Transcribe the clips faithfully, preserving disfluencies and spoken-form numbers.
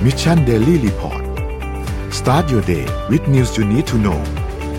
Mission Daily Report Start your day with news you need to know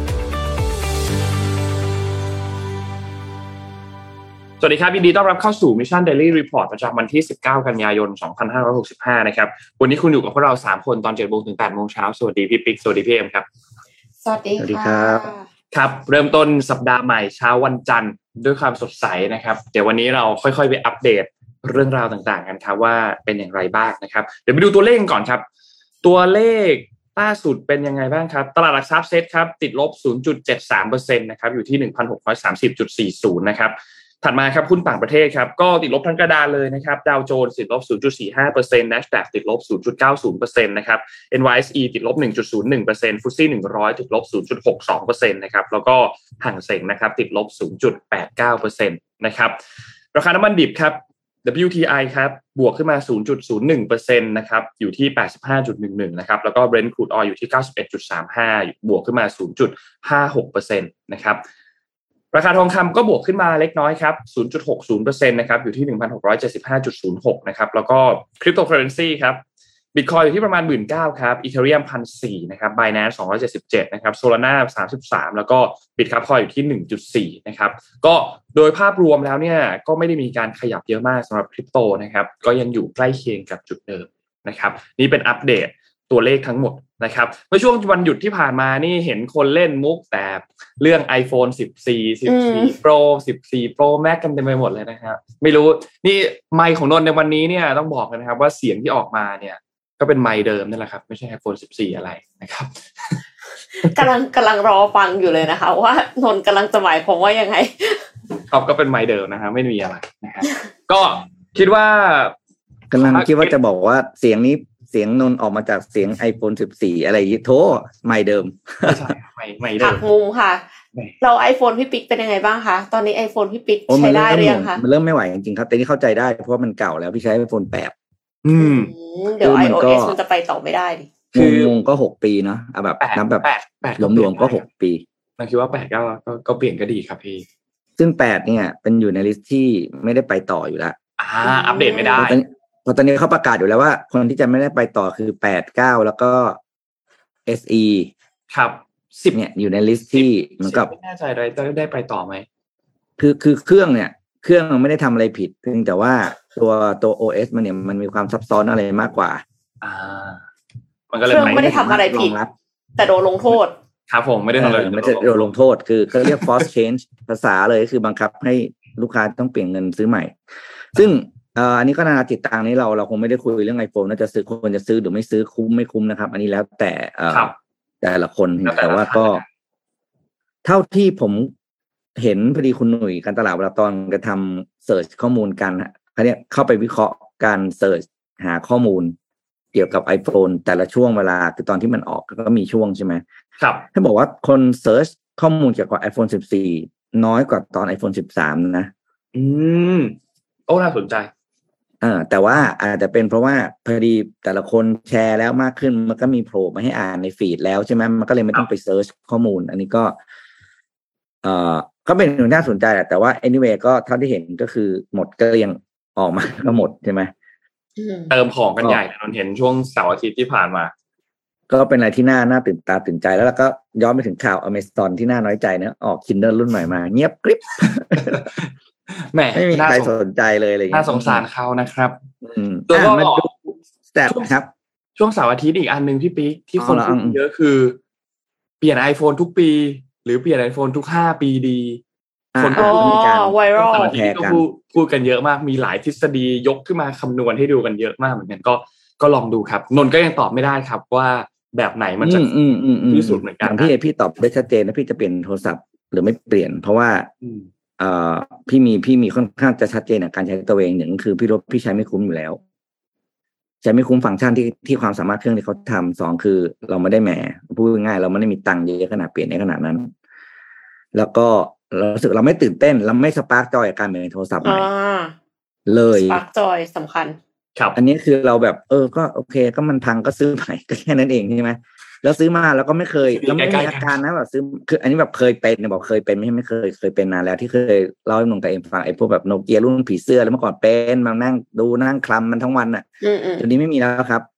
สวัสดีครับยินดีต้อนรับเข้าสู่ Mission Daily Report ประจำวันที่สิบเก้ากันยายนสองพันห้าร้อยหกสิบห้านะครับวันนี้คุณอยู่กับพวกเราสามคนตอน เจ็ดโมง ถึง แปดโมง เช้าสวัสดีพี่ปิ๊กสวัสดีพี่เอ็มครับสวัสดีครับครับเริ่มต้นสัปดาห์ใหม่เช้าวันจันทร์ด้วยความสดใสนะครับเดี๋ยววันนี้เราค่อยๆไปอัปเดตเรื่องราวต่างๆกันครับว่าเป็นอย่างไรบ้างนะครับเดี๋ยวไปดูตัวเลขก่อนครับตัวเลขล่าสุดเป็นยังไงบ้างครับตลาดหลักทรัพย์เซ็ตครับติดลบ ศูนย์จุดเจ็ดสามเปอร์เซ็นต์ นะครับอยู่ที่ หนึ่งพันหกร้อยสามสิบจุดสี่ศูนย์ นะครับถัดมาครับหุ้นต่างประเทศครับก็ติดลบทั้งกระดานเลยนะครับดาวโจนส์ติดลบ ศูนย์จุดสี่ห้าเปอร์เซ็นต์ NASDAQ ติดลบ ศูนย์จุดเก้าศูนย์เปอร์เซ็นต์ นะครับ เอ็น วาย เอส อี ติดลบ หนึ่งจุดศูนย์หนึ่งเปอร์เซ็นต์ ฟุตซี่หนึ่งร้อยติดลบ ศูนย์จุดหกสองเปอร์เซ็นต์ นะครับแล้วก็ห่างเส็งนะครับติดลบ ศูนย์จุดแปดเก้าเปอร์เซ็นต์ นะครับราคาน้ำมันดิบครับ ดับเบิลยู ที ไอ ครับบวกขึ้นมา ศูนย์จุดศูนย์หนึ่งเปอร์เซ็นต์ นะครับอยู่ที่ แปดสิบห้าจุดหนึ่งหนึ่ง นะครับแล้วก็ Brent crude oil อยู่ที่ เก้าสิบเอ็ดจุดสามห้า บวกขึ้นมา ศูนย์จุดห้าหกเปอร์เซ็นต์ นะครับราคาทองคำก็บวกขึ้นมาเล็กน้อยครับ ศูนย์จุดหกศูนย์เปอร์เซ็นต์ นะครับอยู่ที่ หนึ่งพันหกร้อยเจ็ดสิบห้าจุดศูนย์หก นะครับแล้วก็คริปโตเคอเรนซีครับ Bitcoin อยู่ที่ประมาณ หนึ่งหมื่นเก้าพัน ครับ Ethereum หนึ่งพันสี่ร้อย นะครับ Binance สองร้อยเจ็ดสิบเจ็ดนะครับ Solana สามสิบสามแล้วก็ Bitcoin อยู่ที่ หนึ่งจุดสี่ นะครับก็โดยภาพรวมแล้วเนี่ยก็ไม่ได้มีการขยับเยอะมากสำหรับคริปโตนะครับก็ยังอยู่ใกล้เคียงกับจุดเดิมนะครับนี่เป็นอัปเดตตัวเลขทั้งหมดนะครับเมื่อช่วงวันหยุดที่ผ่านมานี่เห็นคนเล่นมุกแต่เรื่อง iPhone สิบสี่ สิบสี่ Pro สิบสี่ Pro Max กันเต็มไปหมดเลยนะครับไม่รู้นี่ไมค์ของนนท์ในวันนี้เนี่ยต้องบอกกันนะครับว่าเสียงที่ออกมาเนี่ยก็เป็นไมค์เดิมนั่นแหละครับไม่ใช่ iPhone สิบสี่อะไรนะครับกำลังกำลังรอฟังอยู่เลยนะคะว่านนท์กำลังจะหมายความว่ายังไงครับก็เป็นไมค์เดิมนะครับไม่มีอะไรนะครับก็คิดว่ากำลังคิดว่าจะบอกว่าเสียงนี้เสียงนนออกมาจากเสียง iPhone สิบสี่อะไรอย่างงี้โธ่ไม่เดิมใช่ไม่ไม่เดิมหักมุมค่ะเรา iPhone พี่ปิ๊กเป็นยังไงบ้างคะตอนนี้ iPhone พี่ปิ๊กใช้ได้หรือยังคะมันเริ่มไม่ไหวจริงๆครับแต่นี่เข้าใจได้เพราะว่ามันเก่าแล้วพี่ใช้ iPhone แปดอืมเดี๋ยว iOS มันจะไปต่อไม่ได้ดิคืองงก็หกปีเนาะเอาแบบนับแบบรวมๆก็หกปีมันคิดว่าแปดก็ก็เปลี่ยนก็ดีครับพี่ซึ่งแปดเนี่ยเป็นอยู่ในลิสต์ที่ไม่ได้ไปต่ออยู่แล้วอ่าอัปเดตไม่ได้เพราะตอนนี้เขาประกาศอยู่แล้วว่าคนที่จะไม่ได้ไปต่อคือแปด เก้าแล้วก็ เอส อีครับสิบเนี่ยอยู่ในลิสต์ที่เหมือนกับไม่แน่ใจเลยจะได้ไปต่อไหมคือคือเครื่องเนี่ยเครื่องมันไม่ได้ทำอะไรผิดเพียงแต่ว่าตัวตัว โอ เอส มันเนี่ยมันมีความซับซ้อนอะไรมากกว่าอ่ามันก็เลยไม่ได้ทำอะไรผิดแต่โดนลงโทษครับผมไม่ได้ทำอะไรไม่ได้โดนลงโทษคือเขาเรียก force change ภาษาเลยคือบังคับให้ลูกค้าต้องเปลี่ยนเงินซื้อใหม่ซึ่งเอ่ออันนี้ก็นานาจิตตังนี้เราเราคงไม่ได้คุยเรื่อง iPhone น่าจะซื้อคนจะซื้อหรือไม่ซื้อคุ้มไม่คุ้มนะครับอันนี้แล้วแต่เอ่อแต่ละคนแต่ว่าก็เท่าที่ผมเห็นพอดีคุณหนุ่ยการตลาดเวลาตอนกระทำเสิร์ชข้อมูลกันฮะเขาเนี่ยเข้าไปวิเคราะห์การเสิร์ชหาข้อมูลเกี่ยวกับ iPhone แต่ละช่วงเวลาคือตอนที่มันออกก็มีช่วงใช่ไหมครับถ้าบอกว่าคนเสิร์ชข้อมูลเกี่ยวกับ iPhone สิบสี่น้อยกว่าตอน iPhone สิบสามนะอืมโอ้น่าสนใจเออแต่ว่าอาจจะเป็นเพราะว่าพอดีแต่ละคนแชร์แล้วมากขึ้นมันก็มีโผล่มาให้อ่านในฟีดแล้วใช่ไหมมันก็เลยไม่ต้องไปเซิร์ชข้อมูลอันนี้ก็เอ่อก็เป็นเรื่องน่าสนใจแหละแต่ว่า anyway ก็เท่าที่เห็นก็คือหมดก็ยังออกมาก็หมดใช่ไหมเติมของกันใหญ่เราเห็นช่วงเสาร์อาทิตย์ที่ผ่านมาก็เป็นอะไรที่น่าน่าตื่นตาตื่นใจแล้วก็ย้อนไปถึงข่าว Amazon ที่น่าน้อยใจนะออก Kindle รุ่นใหม่มาเงียบกริบแหมไม่มีใครสนใจเลยอะไรอย่างเงี้ยน่าสงสารเขานะครับตัวก็มาดูสแตทครับช่วงเสาร์อาทิตย์อีกอันนึงพี่ปิ๊กที่คนพูดเยอะคือเปลี่ยน iPhone ทุกปีหรือเปลี่ยน iPhone ทุกห้าปีดีคนก็พูดกันไวรัลแชร์กันพูดกันเยอะมากมีหลายทฤษฎียกขึ้นมาคำนวณให้ดูกันเยอะมากเหมือนกันก็ก็ลองดูครับนนท์ก็ยังตอบไม่ได้ครับว่าแบบไหนมันจะที่สุดเหมือนกันพี่พี่ตอบได้ชัดเจนนะพี่จะเปลี่ยนโทรศัพท์หรือไม่เปลี่ยนเพราะว่าเอ่อพี่มีพี่มีค่อนข้างจะชัดเจนในการใช้ตัวเองหนึ่งคือพี่รบพี่ใช้ไม่คุ้มอยู่แล้วใช้ไม่คุ้มฟังก์ชันที่ที่ความสามารถเครื่องที่เขาทำสองคือเราไม่ได้แหมพูดง่ายเราไม่ได้มีตังค์เยอะขนาดเปลี่ยนในขนาดนั้นแล้วก็เรารู้สึกเราไม่ตื่นเต้นเราไม่สปาร์กจอยกับการเปลี่ยนโทรศัพท์ใหม่เลยสปาร์กจอยสำคัญครับอันนี้คือเราแบบเออก็โอเคก็มันพังก็ซื้อใหม่ก็แค่นั้นเองใช่ไหมแล้วซื้อมาแล้วก็ไม่เคยแล้วไม่มีอาการนะแบบซื้อคืออันนี้แบบเคยเป็นเนี่ยบอกเคยเป็นไม่ไม่เคยเคยเป็นนานแล้วที่เคยเล่าให้ลุงกับเอ็มฟังไอ้พวกแบบโนเกียรุ่นผีเสื้อแล้วเมื่อก่อนเป็นมานั่งดูนั่งคลำมันทั้งวันอ่ะเดี๋ยวนี้ไม่มีแล้วครับ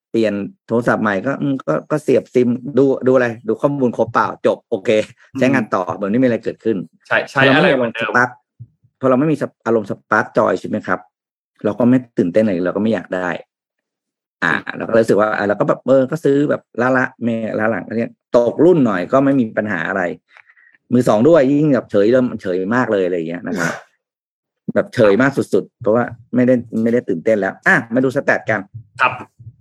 เปลี่ยนโทรศัพท์ใหม่ก็ก็ก็เสียบซิมดูดูอะไรดูข้อมูลครบเปล่าจบโอเคใช้งานต่อแบบนี้ไม่มีอะไรเกิดขึ้นใช่ใช่อะไรเหมือนเดิมพอเราไม่มีอารมณ์สปาร์คจอยใช่ไหมครับเราก็ไม่ตื่นเต้นอะไรเราก็ไม่อยากได้อ่าเราก็รู้สึกว่าเราก็แบบเออก็ซื้อแบบละละเมละหลังก็เนี่ยตกรุ่นหน่อยก็ไม่มีปัญหาอะไรมือสองด้วยยิ่งแบบเฉยเริ่มเฉยมากเลยอะไรอย่างเงี้ยนะครับแบบเฉยมากสุดๆเพราะว่าไม่ได้ไม่ได้ตื่นเต้นแล้วอ่ะมาดูสแตทกันครับ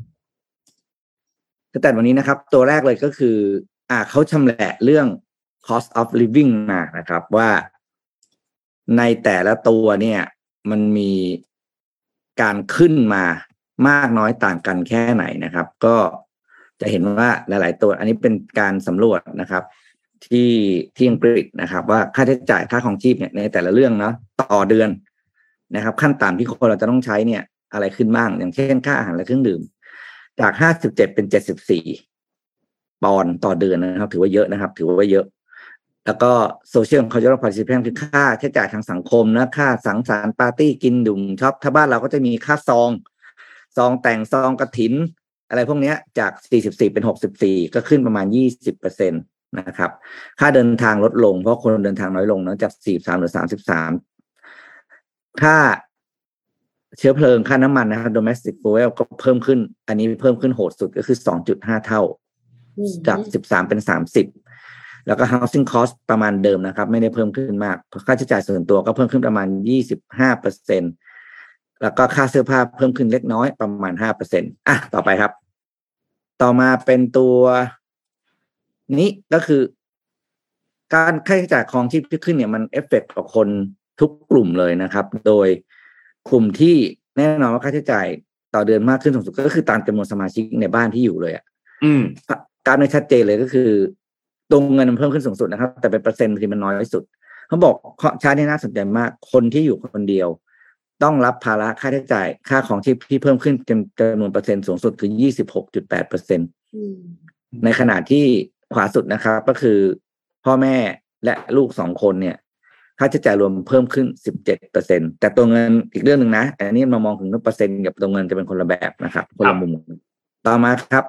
สแตทวันนี้นะครับตัวแรกเลยก็คืออ่าเขาชำแหละเรื่อง cost of living มานะครับว่าในแต่ละตัวเนี่ยมันมีการขึ้นมามากน้อยต่างกันแค่ไหนนะครับก็จะเห็นว่าหลายๆตัวอันนี้เป็นการสำรวจนะครับที่ที่อังกฤษนะครับว่าค่าใช้จ่ายค่าของชีพเนี่ยในแต่ละเรื่องเนาะต่อเดือนนะครับขั้นต่ำที่คนเราจะต้องใช้เนี่ยอะไรขึ้นบ้างอย่างเช่นค่าอาหารและเครื่องดื่มจากห้าสิบเจ็ดเป็นเจ็ดสิบสี่ปอนด์ต่อเดือนนะครับถือว่าเยอะนะครับถือว่าเยอะแล้วก็โซเชียลคอลเจอรัลพาร์ติซิเพนต์คือค่าใช้จ่ายทางสังคมนะค่าสังสรรค์ปาร์ตี้กินดื่มช็อปถ้าบ้านเราก็จะมีค่าซองซองแต่งซองกฐินอะไรพวกนี้จากสี่สิบสี่เป็นหกสิบสี่ก็ขึ้นประมาณ ยี่สิบเปอร์เซ็นต์ นะครับค่าเดินทางลดลงเพราะคนเดินทางน้อยลงนะจากสี่สิบสามเหลือสามสิบสามค่าเชื้อเพลิงค่าน้ำมันนะครับ domestic fuel ก็เพิ่มขึ้นอันนี้เพิ่มขึ้นโหดสุดก็คือ สองจุดห้า เท่าจากสิบสามเป็นสามสิบแล้วก็ housing cost ประมาณเดิมนะครับไม่ได้เพิ่มขึ้นมากค่าใช้จ่ายส่วนตัวก็เพิ่มขึ้นประมาณ ยี่สิบห้าเปอร์เซ็นต์ แล้วก็ค่าเสื้อผ้าเพิ่มขึ้นเล็กน้อยประมาณ ห้าเปอร์เซ็นต์ อ่ะต่อไปครับต่อมาเป็นตัวนี้ก็คือการค่าใช้จ่ายของชีพที่ขึ้นเนี่ยมันเอฟเฟกต์กับคนทุกกลุ่มเลยนะครับโดยกลุ่มที่แน่นอนว่าค่าใช้จ่ายต่อเดือนมากขึ้นสูงสุดก็คือตามจำนวนสมาชิกในบ้านที่อยู่เลยอ่ะอืมการไม่ชัดเจนเลยก็คือตรงเงินมันเพิ่มขึ้นสูงสุดนะครับแต่เป็นเปอร์เซ็นต์ที่มันน้อยที่สุดเขาบอกชาร์ตนี้น่าสนใจมากคนที่อยู่คนเดียวต้องรับภาระค่าใช้จ่ายค่าของชีพที่เพิ่มขึ้นจำนวนเปอร์เซ็นต์สูงสุดคือ ยี่สิบหกจุดแปดเปอร์เซ็นต์ ในขณะที่ขวาสุดนะครับก็คือพ่อแม่และลูกสองคนเนี่ยค่าใช้จ่ายรวมเพิ่มขึ้น สิบเจ็ดเปอร์เซ็นต์ แต่ตัวเงินอีกเรื่องนึงนะอันนี้มามองถึงเปอร์เซ็นต์กับตัวเงินจะเป็นคนละแบบนะครับคนละมุมต่อมาครับ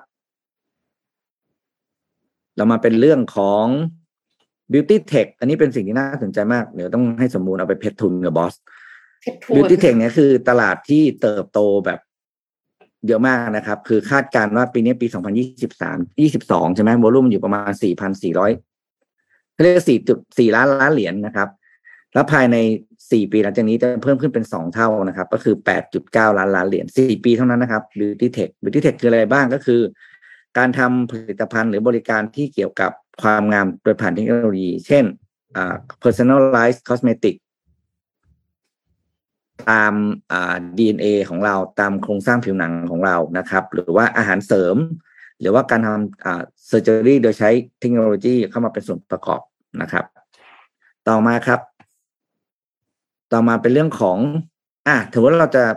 เรามาเป็นเรื่องของ Beauty Tech อันนี้เป็นสิ่งที่น่าสนใจมากเดี๋ยวต้องให้สมมูลเอาไปเพชรทุนกับบอส Beauty Tech เนี่ยคือตลาดที่เติบโตแบบเยอะมากนะครับคือคาดการณ์ว่าปีนี้ปีสองพันยี่สิบสาม ยี่สิบสองใช่ไหมโวลุ่มอยู่ประมาณ สี่พันสี่ร้อย เรียก สี่จุดสี่ ล้านล้านเหรียญ นะครับแล้วภายในสี่ปีหลังจากนี้จะเพิ่มขึ้นเป็นสองเท่านะครับก็คือ แปดจุดเก้า ล้านล้านเหรียญสี่ปีเท่านั้นนะครับ Beauty Tech Beauty Tech คืออะไรบ้างก็คือการทำผลิตภัณฑ์หรือบริการที่เกี่ยวกับความงามโดยผ่านเทคโนโลยีเช่นอ่า personalized cosmetic ตามอ่า ดี เอ็น เอ ของเราตามโครงสร้างผิวหนังของเรานะครับหรือว่าอาหารเสริมหรือว่าการทำอ่า surgery โดยใช้เทคโนโลยีเข้ามาเป็นส่วนประกอบนะครับต่อมาครับต่อมาเป็นเรื่องของอ่ะถือว่าเราจะ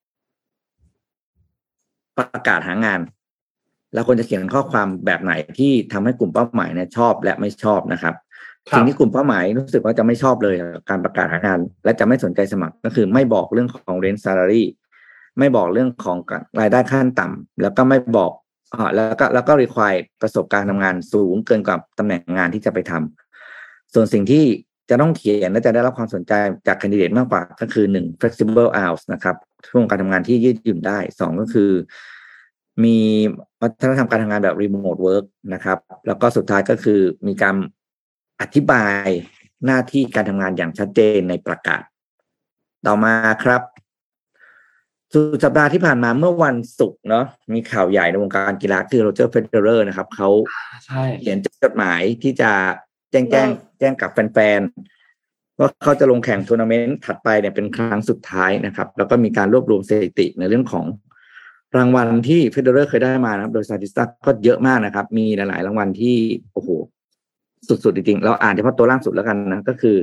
ประกาศหางานเราควรจะเขียนข้อความแบบไหนที่ทำให้กลุ่มเป้าหมายเนี่ยชอบและไม่ชอบนะครับสิ่งที่กลุ่มเป้าหมายรู้สึกว่าจะไม่ชอบเลยการประกาศหางานและจะไม่สนใจสมัครก็คือไม่บอกเรื่องของ range salary ไม่บอกเรื่องของรายได้ขั้นต่ำแล้วก็ไม่บอกอ่าแล้วก็แล้วก็ require ประสบการณ์ทำงานสูงเกินกว่าตำแหน่งงานที่จะไปทำส่วนสิ่งที่จะต้องเขียนและจะได้รับความสนใจจากแคนดิเดตมากกว่าก็คือหนึ่ง flexible hours นะครับช่วงการทำงานที่ยืดหยุ่นได้สองก็คือมีวัฒนธรรมการทำงานแบบ remote work นะครับแล้วก็สุดท้ายก็คือมีการอธิบายหน้าที่การทำงานอย่างชัดเจนในประกาศต่อมาครับสุดสัปดาห์ที่ผ่านมาเมื่อวันศุกร์เนาะมีข่าวใหญ่ในวงการกีฬาคือโรเจอร์เฟเดอเรอร์นะครับเขาเขียนจดหมายที่จะแจ้งแจ้งแจ้งกับแฟนๆว่าเขาจะลงแข่งทัวร์นาเมนต์ถัดไปเนี่ยเป็นครั้งสุดท้ายนะครับแล้วก็มีการรวบรวมสถิติในเรื่องของรางวัลที่เฟเดอเรอร์เคยได้มานะครับโดยสถิติก็เยอะมากนะครับมีหลายๆรางวัลที่โอ้โหสุดๆจริงๆเราอ่านเฉพาะตัวล่างสุดแล้วกันนะก็คือ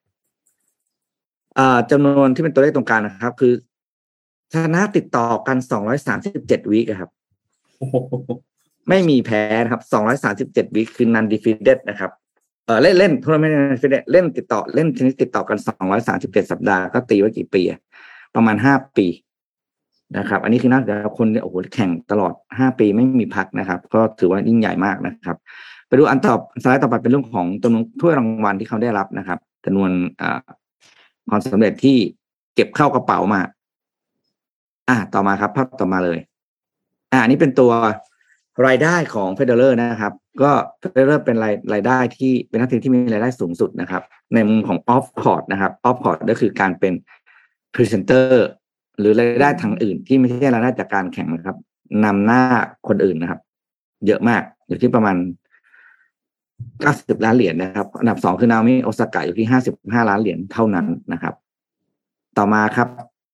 อ่าจำนวนที่เป็นตัวเลขตรงกลางนะครับคือชนะติดต่อกันสองร้อยสามสิบเจ็ดวีคครับ ไม่มีแพ้นะครับสองร้อยสามสิบเจ็ดวีคคือ non defeated นะครับเออเล่นเล่นทัวร์นาเมนต์ non defeated เล่นติดต่อเล่นเทนนิสติดต่อกันสองร้อยสามสิบเจ็ดสัปดาห์ก็ตีไว้กี่ปีประมาณห้าปีนะครับอันนี้คือนักแต่ละคนเนี่ยโอ้โหแข่งตลอดห้าปีไม่มีพักนะครับก็ถือว่ายิ่งใหญ่มากนะครับไปดูอันต่อสไลด์ต่อไปเป็นเรื่องของจำนวนถ้วยรางวัลที่เขาได้รับนะครับจำนวนความสำเร็จที่เก็บเข้ากระเป๋ามาอ่ะต่อมาครับภาพต่อมาเลยอ่ะอันนี้เป็นตัวรายได้ของเฟเดอเรอร์นะครับก็เฟเดอเรอร์เป็นรายรายได้ที่เป็นนักเทนนิสที่มีรายได้สูงสุดนะครับในมุมของออฟคอร์ตนะครับออฟคอร์ตก็คือการเป็นพรีเซนเตอร์หรือรายได้ทางอื่นที่ไม่ใช่รายได้จากการแข่งนะครับนำหน้าคนอื่นนะครับเยอะมากอยู่ที่ประมาณเก้าสิบล้านเหรียญนะครับอันดับสองคือนาโอมิโอซาก้าอยู่ที่ห้าสิบห้าล้านเหรียญเท่านั้นนะครับต่อมาครับ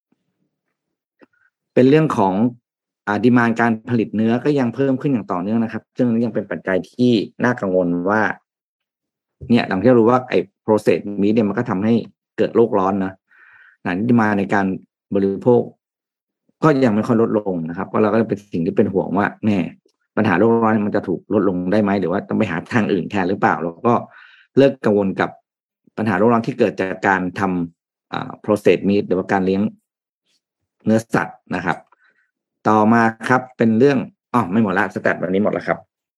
เป็นเรื่องของอ่าดีมานด์การผลิตเนื้อก็ยังเพิ่มขึ้นอย่างต่อเนื่องนะครับซึ่งนี้ยังเป็นปัจจัยที่น่ากังวลว่าเนี่ยหลังที่เรารู้ว่าไอ้ process meat เนี่ยมันก็ทำให้เกิดโลกร้อนนะหลังดีมานด์ในการบริโภคก็ยังไม่ค่อยลดลงนะครับก็เราก็เป็นสิ่งที่เป็นห่วงว่าแม่ปัญหาโลกร้อนมันจะถูกลดลงได้ไหมหรือว่าต้องไปหาทางอื่นแทนหรือเปล่าแล้วก็เลิกกังวลกับปัญหาโลกร้อนที่เกิดจากการทำอ่า process meat หรือว่าการเลี้ยงเนื้อสัตว์นะครับต่อมาครับเป็นเรื่องอ๋อไม่หมดละสแตทวันนี้หมดแล้วครับ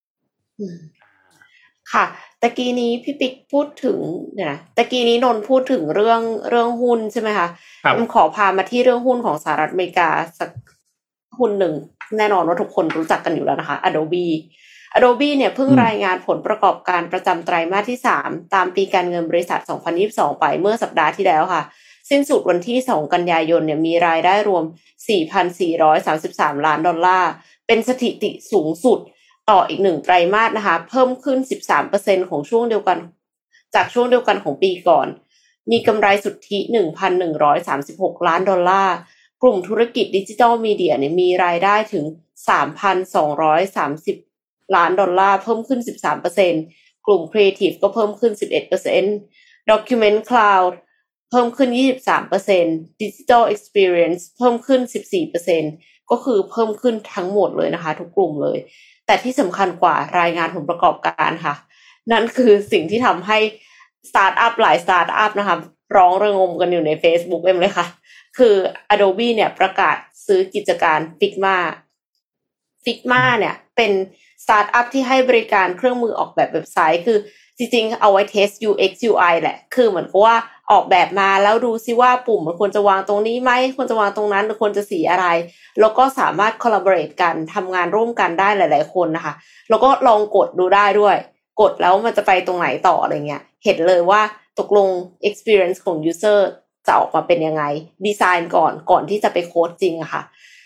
ค่ะตะกี้นี้พี่ปิ๊กพูดถึงเนี่ยนะตะกี้นี้นนพูดถึงเรื่องเรื่องหุ้นใช่ไหมคะผมขอพามาที่เรื่องหุ้นของสหรัฐอเมริกาสักหุ้นหนึ่งแน่นอนว่าทุกคนรู้จักกันอยู่แล้วนะคะ Adobe Adobe เนี่ยเพิ่งรายงานผลประกอบการประจำไตรมาสที่สามตามปีการเงินบริษัทสองพันยี่สิบสองไปเมื่อสัปดาห์ที่แล้วค่ะสิ้นสุดวันที่สองกันยายนเนี่ยมีรายได้รวม สี่พันสี่ร้อยสามสิบสาม ล้านดอลลาร์เป็นสถิติสูงสุดต่ออีกหนึ่งไตรมาสนะคะเพิ่มขึ้น สิบสามเปอร์เซ็นต์ ของช่วงเดียวกันจากช่วงเดียวกันของปีก่อนมีกำไรสุทธิ หนึ่งพันหนึ่งร้อยสามสิบหก ล้านดอลลาร์กลุ่มธุรกิจดิจิทัลมีเดียเนี่ยมีรายได้ถึง สามพันสองร้อยสามสิบ ล้านดอลลาร์เพิ่มขึ้น สิบสามเปอร์เซ็นต์ กลุ่ม Creative ก็เพิ่มขึ้น สิบเอ็ดเปอร์เซ็นต์ Document Cloudเพิ่มขึ้น ยี่สิบสามเปอร์เซ็นต์ Digital Experience เพิ่มขึ้น สิบสี่เปอร์เซ็นต์ ก็คือเพิ่มขึ้นทั้งหมดเลยนะคะทุกกลุ่มเลยแต่ที่สำคัญกว่ารายงานผลประกอบการค่ะนั่นคือสิ่งที่ทำให้สตาร์ทอัพหลายสตาร์ทอัพนะคะร้องระงมกันอยู่ใน Facebook เอ็มเลยค่ะคือ Adobe เนี่ยประกาศซื้อกิจการ Figma Figma เนี่ยเป็นสตาร์ทอัพที่ให้บริการเครื่องมือออกแบบเว็บไซต์คือจริงๆเอาไว้เทส ยู เอ็กซ์ ยู ไอ แหละคือเหมือนกับว่าออกแบบมาแล้วดูซิว่าปุ่มมันควรจะวางตรงนี้ไหมควรจะวางตรงนั้นหรือควรจะสีอะไรแล้วก็สามารถ collaborate กันทำงานร่วมกันได้หลายๆคนนะคะแล้วก็ลองกดดูได้ด้วยกดแล้วมันจะไปตรงไหนต่ออะไรเงี้ยเห็นเลยว่าตกลง experience ของ user จะออกมาเป็นยังไงดีไซน์ก่อนก่อนที่จะไปโค้ดจริงอะค่ะ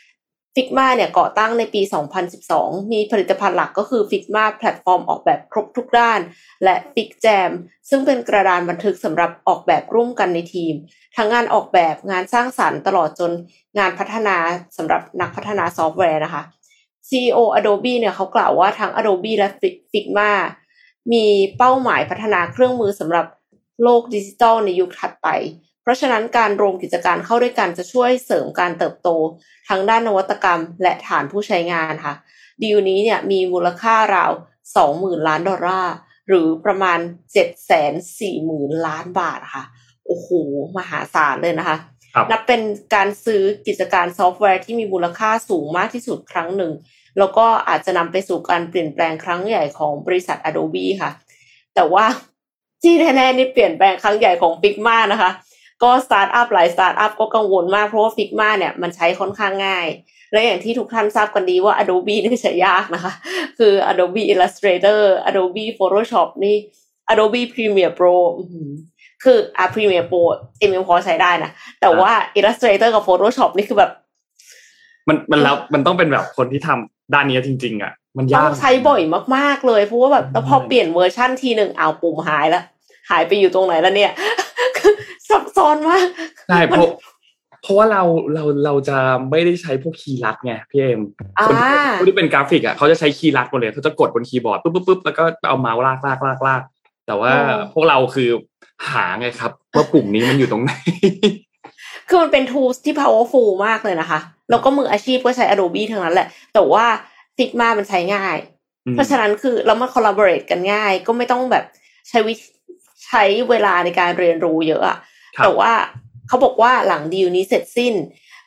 Figma เนี่ยก่อตั้งในปีสองพันสิบสองมีผลิตภัณฑ์หลักก็คือ Figma แพลตฟอร์มออกแบบครบทุกด้านและ FigJam ซึ่งเป็นกระดานบันทึกสำหรับออกแบบร่วมกันในทีมทั้งงานออกแบบงานสร้างสรรค์ตลอดจนงานพัฒนาสำหรับนักพัฒนาซอฟต์แวร์นะคะ ซี อี โอ Adobe เนี่ยเขากล่าวว่าทั้ง Adobe และ Figma มีเป้าหมายพัฒนาเครื่องมือสำหรับโลกดิจิทัลในยุคถัดไปเพราะฉะนั้นการรวมกิจการเข้าด้วยกันจะช่วยเสริมการเติบโตทั้งด้านนวัตกรรมและฐานผู้ใช้งานค่ะดีลนี้เนี่ยมีมูลค่าราว สองหมื่น ล้านดอลลาร์หรือประมาณ เจ็ดแสนสี่หมื่น ล้านบาทค่ะโอ้โหมหาศาลเลยนะคะนับเป็นการซื้อกิจการซอฟต์แวร์ที่มีมูลค่าสูงมากที่สุดครั้งหนึ่งแล้วก็อาจจะนำไปสู่การเปลี่ยนแปลงครั้งใหญ่ของบริษัท Adobe ค่ะแต่ว่าที่แน่ๆนี่เปลี่ยนแปลงครั้งใหญ่ของ Figma นะคะก็สตาร์ทอัพหลายสตาร์ทอัพก็กังวลมากเพราะว่า Figma เนี่ยมันใช้ค่อนข้างง่ายและอย่างที่ทุกท่านทราบกันดีว่า Adobe นี่ใช้ยากนะคะคือ Adobe Illustrator Adobe Photoshop นี่ Adobe Premiere Pro คืออ่ะ Premiere Pro เอ็มยังพอใช้ได้นะแต่ว่า Illustrator กับ Photoshop นี่คือแบบมันมันแล้วมันต้องเป็นแบบคนที่ทำด้านนี้จริงๆอ่ะมันยากต้องใช้บ่อยมากๆเลยเพราะว่าแบบแล้วพอเปลี่ยนเวอร์ชั่นทีนึงเอาปุ่มหายแล้วหายไปอยู่ตรงไหนแล้วเนี่ยซับซ้อนมากใช่เพราะเพราะว่าเราเราเราจะไม่ได้ใช้พวกคีย์ลัดไงพี่เอ็มคนคนที่เป็นกราฟิกอ่ะเขาจะใช้คีย์ลัดหมดเลยเขาจะกดบนคีย์บอร์ดปุ๊บปุ๊บปุ๊บแล้วก็เอาเมาส์ลากลากลากลากแต่ว่าพวกเราคือหาไงครับว่าปุ่มนี้มันอยู่ตรงไหนคือมันเป็น tools ที่ powerful มากเลยนะคะแล้วก็มืออาชีพก็ใช้ Adobe ทั้งนั้นแหละแต่ว่า Figma มันใช้ง่ายเพราะฉะนั้นคือแล้วมัน collaborate กันง่ายก็ไม่ต้องแบบใช้วิใช้เวลาในการเรียนรู้เยอะอะแต่ว่าเขาบอกว่าหลังดีลนี้เสร็จสิ้น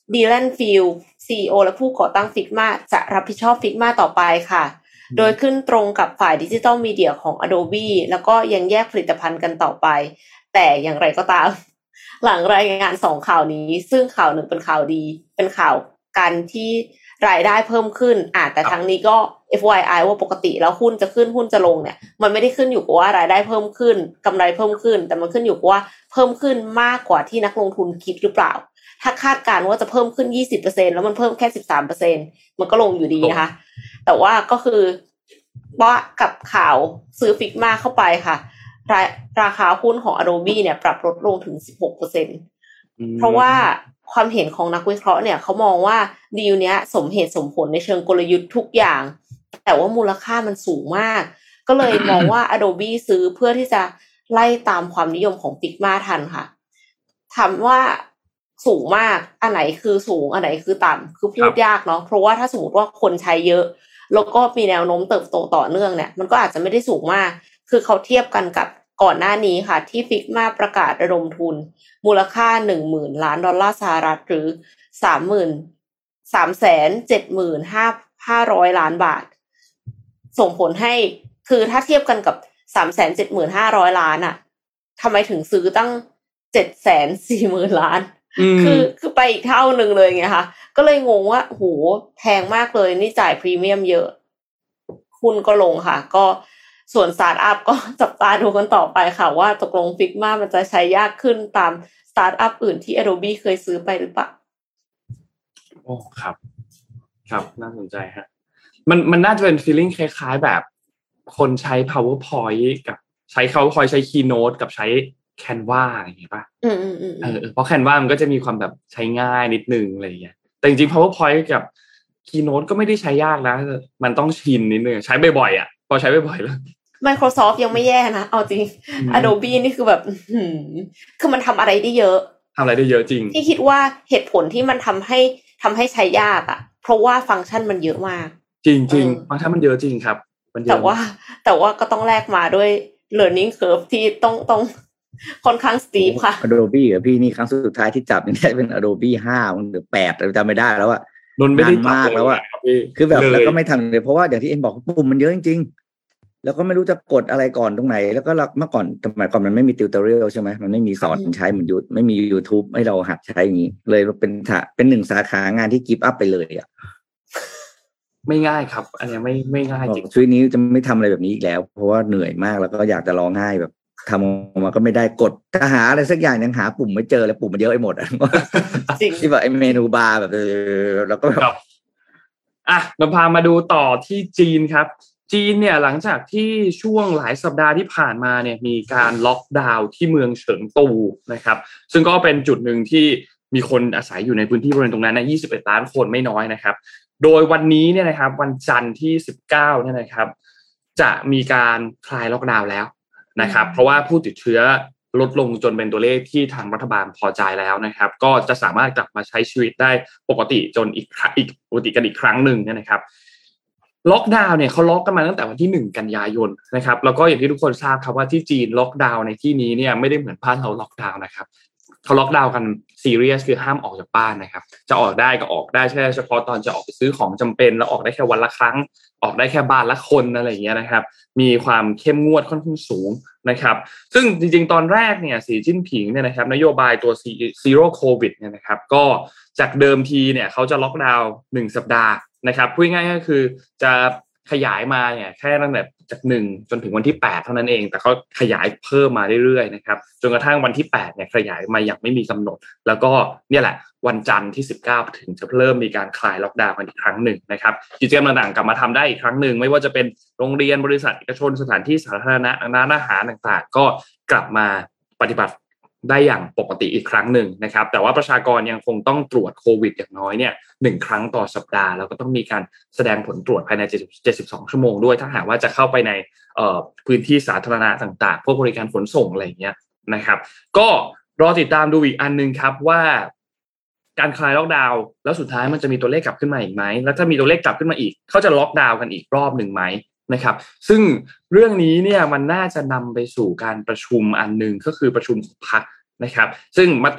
ดีแลนฟิล ซี อี โอ และผู้ก่อตั้ง Figma จะรับผิดชอบ Figma ต่อไปค่ะโดยขึ้นตรงกับฝ่ายดิจิทัลมีเดียของ Adobe แล้วก็ยังแยกผลิตภัณฑ์กันต่อไปแต่อย่างไรก็ตามหลังรายงานสองข่าวนี้ซึ่งข่าวหนึ่งเป็นข่าวดีเป็นข่าวการที่รายได้เพิ่มขึ้นอ่ะแต่ทั้งนี้ก็ เอฟ วาย ไอ ว่าปกติแล้วหุ้นจะขึ้นหุ้นจะลงเนี่ยมันไม่ได้ขึ้นอยู่กับว่ารายได้เพิ่มขึ้นกำไรเพิ่มขึ้นแต่มันขึ้นอยู่กับว่าเพิ่มขึ้นมากกว่าที่นักลงทุนคิดหรือเปล่าถ้าคาดการณ์ว่าจะเพิ่มขึ้น ยี่สิบเปอร์เซ็นต์ แล้วมันเพิ่มแค่ สิบสามเปอร์เซ็นต์ มันก็ลงอยู่ดีนะคะแต่ว่าก็คือว่ากับข่าวซื้อ Figma เข้าไปค่ะรา, ราคาหุ้นของ Adobe เนี่ยปรับลดลงถึง สิบหกเปอร์เซ็นต์ เพราะว่าความเห็นของนักวิเคราะห์เนี่ยเขามองว่าดีลเนี้ยสมเหตุสมผลในเชิงกลยุทธ์ทุกอย่างแต่ว่ามูลค่ามันสูงมากก็เลยมองว่า Adobe ซื้อเพื่อที่จะไล่ตามความนิยมของ Figma ทันค่ะถามว่าสูงมากอันไหนคือสูงอันไหนคือต่ำคือพูดยากเนาะเพราะว่าถ้าสมมติว่าคนใช้เยอะแล้วก็มีแนวโน้มเติบโตต่อเนื่องเนี่ยมันก็อาจจะไม่ได้สูงมากคือเขาเทียบกันกับก่อนหน้านี้ค่ะที่ Figma ประกาศระดมทุนมูลค่า หนึ่งหมื่น ล้านดอลลาร์สหรัฐหรือ สามหมื่น สามแสนเจ็ดหมื่นห้าร้อย ล้านบาทส่งผลให้คือถ้าเทียบกันกับ สามแสนเจ็ดหมื่นห้าร้อย ล้านอ่ะทำไมถึงซื้อตั้ง เจ็ดแสนสี่หมื่น ล้านคือคือไปอีกเท่านึงเลยไงคะก็เลยงงว่าโหแพงมากเลยนี่จ่ายพรีเมียมเยอะหุ้นก็ลงค่ะก็ส่วนสตาร์ทอัพก็จับตาดูกันต่อไปค่ะว่าตกลง Figma มันจะใช้ยากขึ้นตามสตาร์ทอัพอื่นที่ Adobe เคยซื้อไปหรือเปล่าโอ้ครับครับน่าสนใจฮะมันมันน่าจะเป็น feeling คล้ายๆแบบคนใช้ PowerPoint กับใช้ PowerPoint ใช้ Keynote กับใช้ Canva อย่างเงี้ยป่ะอืมๆๆเออเพราะ Canva มันก็จะมีความแบบใช้ง่ายนิดนึงอะไรอย่างเงี้ยแต่จริงๆ PowerPoint กับ Keynote ก็ไม่ได้ใช้ยากนะมันต้องชินนิดนึงใช้บ่อยๆอ่ะพอใช้บ่อยๆแล้ว Microsoft ยังไม่แย่นะเอาจริง Adobe นี่คือแบบคือมันทำอะไรได้เยอะทำอะไรได้เยอะจริงที่คิดว่าเหตุผลที่มันทำให้ทำให้ใช้ยากอ่ะเพราะว่าฟังก์ชันมันเยอะมากจริงจริงฟังก์ชันมันเยอะจริงครับมันเยอะแต่ว่าแต่ว่าก็ต้องแลกมาด้วย learning curve ที่ต้องต้องค่อนข้างสตีฟค่ะ Adobe อ่ะพี่นี่ครั้งสุดท้ายที่จับนี่เป็น Adobe ห้าหรือแปดจำไม่ได้แล้วอ่ะนนไม่ได้มากแล้วอ่ะคือแบบแล้วก็ไม่ทันเลยเพราะว่าอย่างที่เอ็นบอกปุ่มมันเยอะจริงแล้วก็ไม่รู้จะกดอะไรก่อนตรงไหนแล้วก็เมื่อก่อนสมัยก่อนมันไม่มีติวตอเรียลใช่ไหมมันไม่มีสอนใช้เหมือนยูไม่มี YouTube ให้เราหัดใช้อย่างนี้เลยเป็นเป็นหนึ่งสาขางานที่กิฟต์อัพไปเลยอ่ะไม่ง่ายครับอันนี้ไม่ไม่ง่ายจริงชีวิตนี้จะไม่ทำอะไรแบบนี้อีกแล้วเพราะว่าเหนื่อยมากแล้วก็อยากจะร้องไห้แบบทำออกมาก็ไม่ได้กดถ้าหาอะไรสักอย่างยังหาปุ่มไม่เจอเลยปุ่มมันเยอะไปหมดอ่ะจริงที่แบบไอ้เมนูบาร์แบบเออแล้วก็แบบอ่ะเราพามาดูต่อที่จีนครับจีนเนี่ยหลังจากที่ช่วงหลายสัปดาห์ที่ผ่านมาเนี่ยมีการล็อกดาวน์ที่เมืองเฉิงตูนะครับซึ่งก็เป็นจุดหนึ่งที่มีคนอาศัยอยู่ในพื้นที่บริเวณตรงนั้นนะยี่สิบเอ็ดล้านคนไม่น้อยนะครับโดยวันนี้เนี่ยนะครับวันจันทร์ที่สิบเก้าเนี่ยนะครับจะมีการคลายล็อกดาวน์แล้วนะครับเพราะว่าผู้ติดเชื้อลดลงจนเป็นตัวเลขที่ทางรัฐบาลพอใจแล้วนะครับก็จะสามารถกลับมาใช้ชีวิตได้ปกติจนอีกอีกปกติกันอีกครั้งหนึ่งนะครับล็อกดาวน์เนี่ยเขาล็อกกันมาตั้งแต่วันที่หนึ่งกันยายนนะครับแล้วก็อย่างที่ทุกคนทราบครับว่าที่จีนล็อกดาวน์ในที่นี้เนี่ยไม่ได้เหมือนบ้านเราล็อกดาวน์นะครับเขาล็อกดาวน์กันซีเรียสคือห้ามออกจากบ้านนะครับจะออกได้ก็ออกได้แค่เฉพาะตอนจะออกไปซื้อของจำเป็นแล้วออกได้แค่วันละครั้งออกได้แค่บ้านละคนอะไรอย่างเงี้ยนะครับมีความเข้มงวดค่อนข้างสูงนะครับซึ่งจริงๆตอนแรกเนี่ยสีจิ้นผิงเนี่ยนะครับนโยบายตัวซีโร่โควิดเนี่ยนะครับก็จากเดิมทีเนี่ยเขาจะล็อกดาวน์หนึ่งสัปดาห์นะครับพูดง่ายๆก็คือจะขยายมาเนี่ยแค่ตั้งแต่จากหนึ่งจนถึงวันที่แปดเท่านั้นเองแต่เขาขยายเพิ่มมาเรื่อยๆนะครับจนกระทั่งวันที่แปดเนี่ยขยายมาอย่างไม่มีกำหนดแล้วก็เนี่ยแหละวันจันทร์ที่สิบเก้าถึงจะเริ่มมีการคลายล็อกดาวน์กันอีกครั้งหนึ่งนะครับกิจกรรมต่างๆกลับมาทำได้อีกครั้งหนึ่งไม่ว่าจะเป็นโรงเรียนบริษัทเอกชนสถานที่สาธารณะร้านอาหารต่างๆก็กลับมาปฏิบัติได้อย่างปกติอีกครั้งหนึ่งนะครับแต่ว่าประชากรยังคงต้องตรวจโควิดอย่างน้อยเนี่ยหนึ่งครั้งต่อสัปดาห์แล้วก็ต้องมีการแสดงผลตรวจภายในเจ็ดสิบสองชั่วโมงด้วยถ้าหากว่าจะเข้าไปในเอ่อพื้นที่สาธารณะต่างๆพวกบริการขนส่งอะไรอย่างเงี้ยนะครับก็รอติดตามดูอีกอันนึงครับว่าการคลายล็อกดาวน์แล้วสุดท้ายมันจะมีตัวเลขกลับขึ้นมาอีกไหมแล้วถ้ามีตัวเลขกลับขึ้นมาอีกเขาจะล็อกดาวน์กันอีกรอบนึงไหมนะครับซึ่งเรื่องนี้เนี่ยมันน่าจะนำไปสู่การประชุมอันนึงก็คือประชุมของพรรคนะครับซึ่งมติ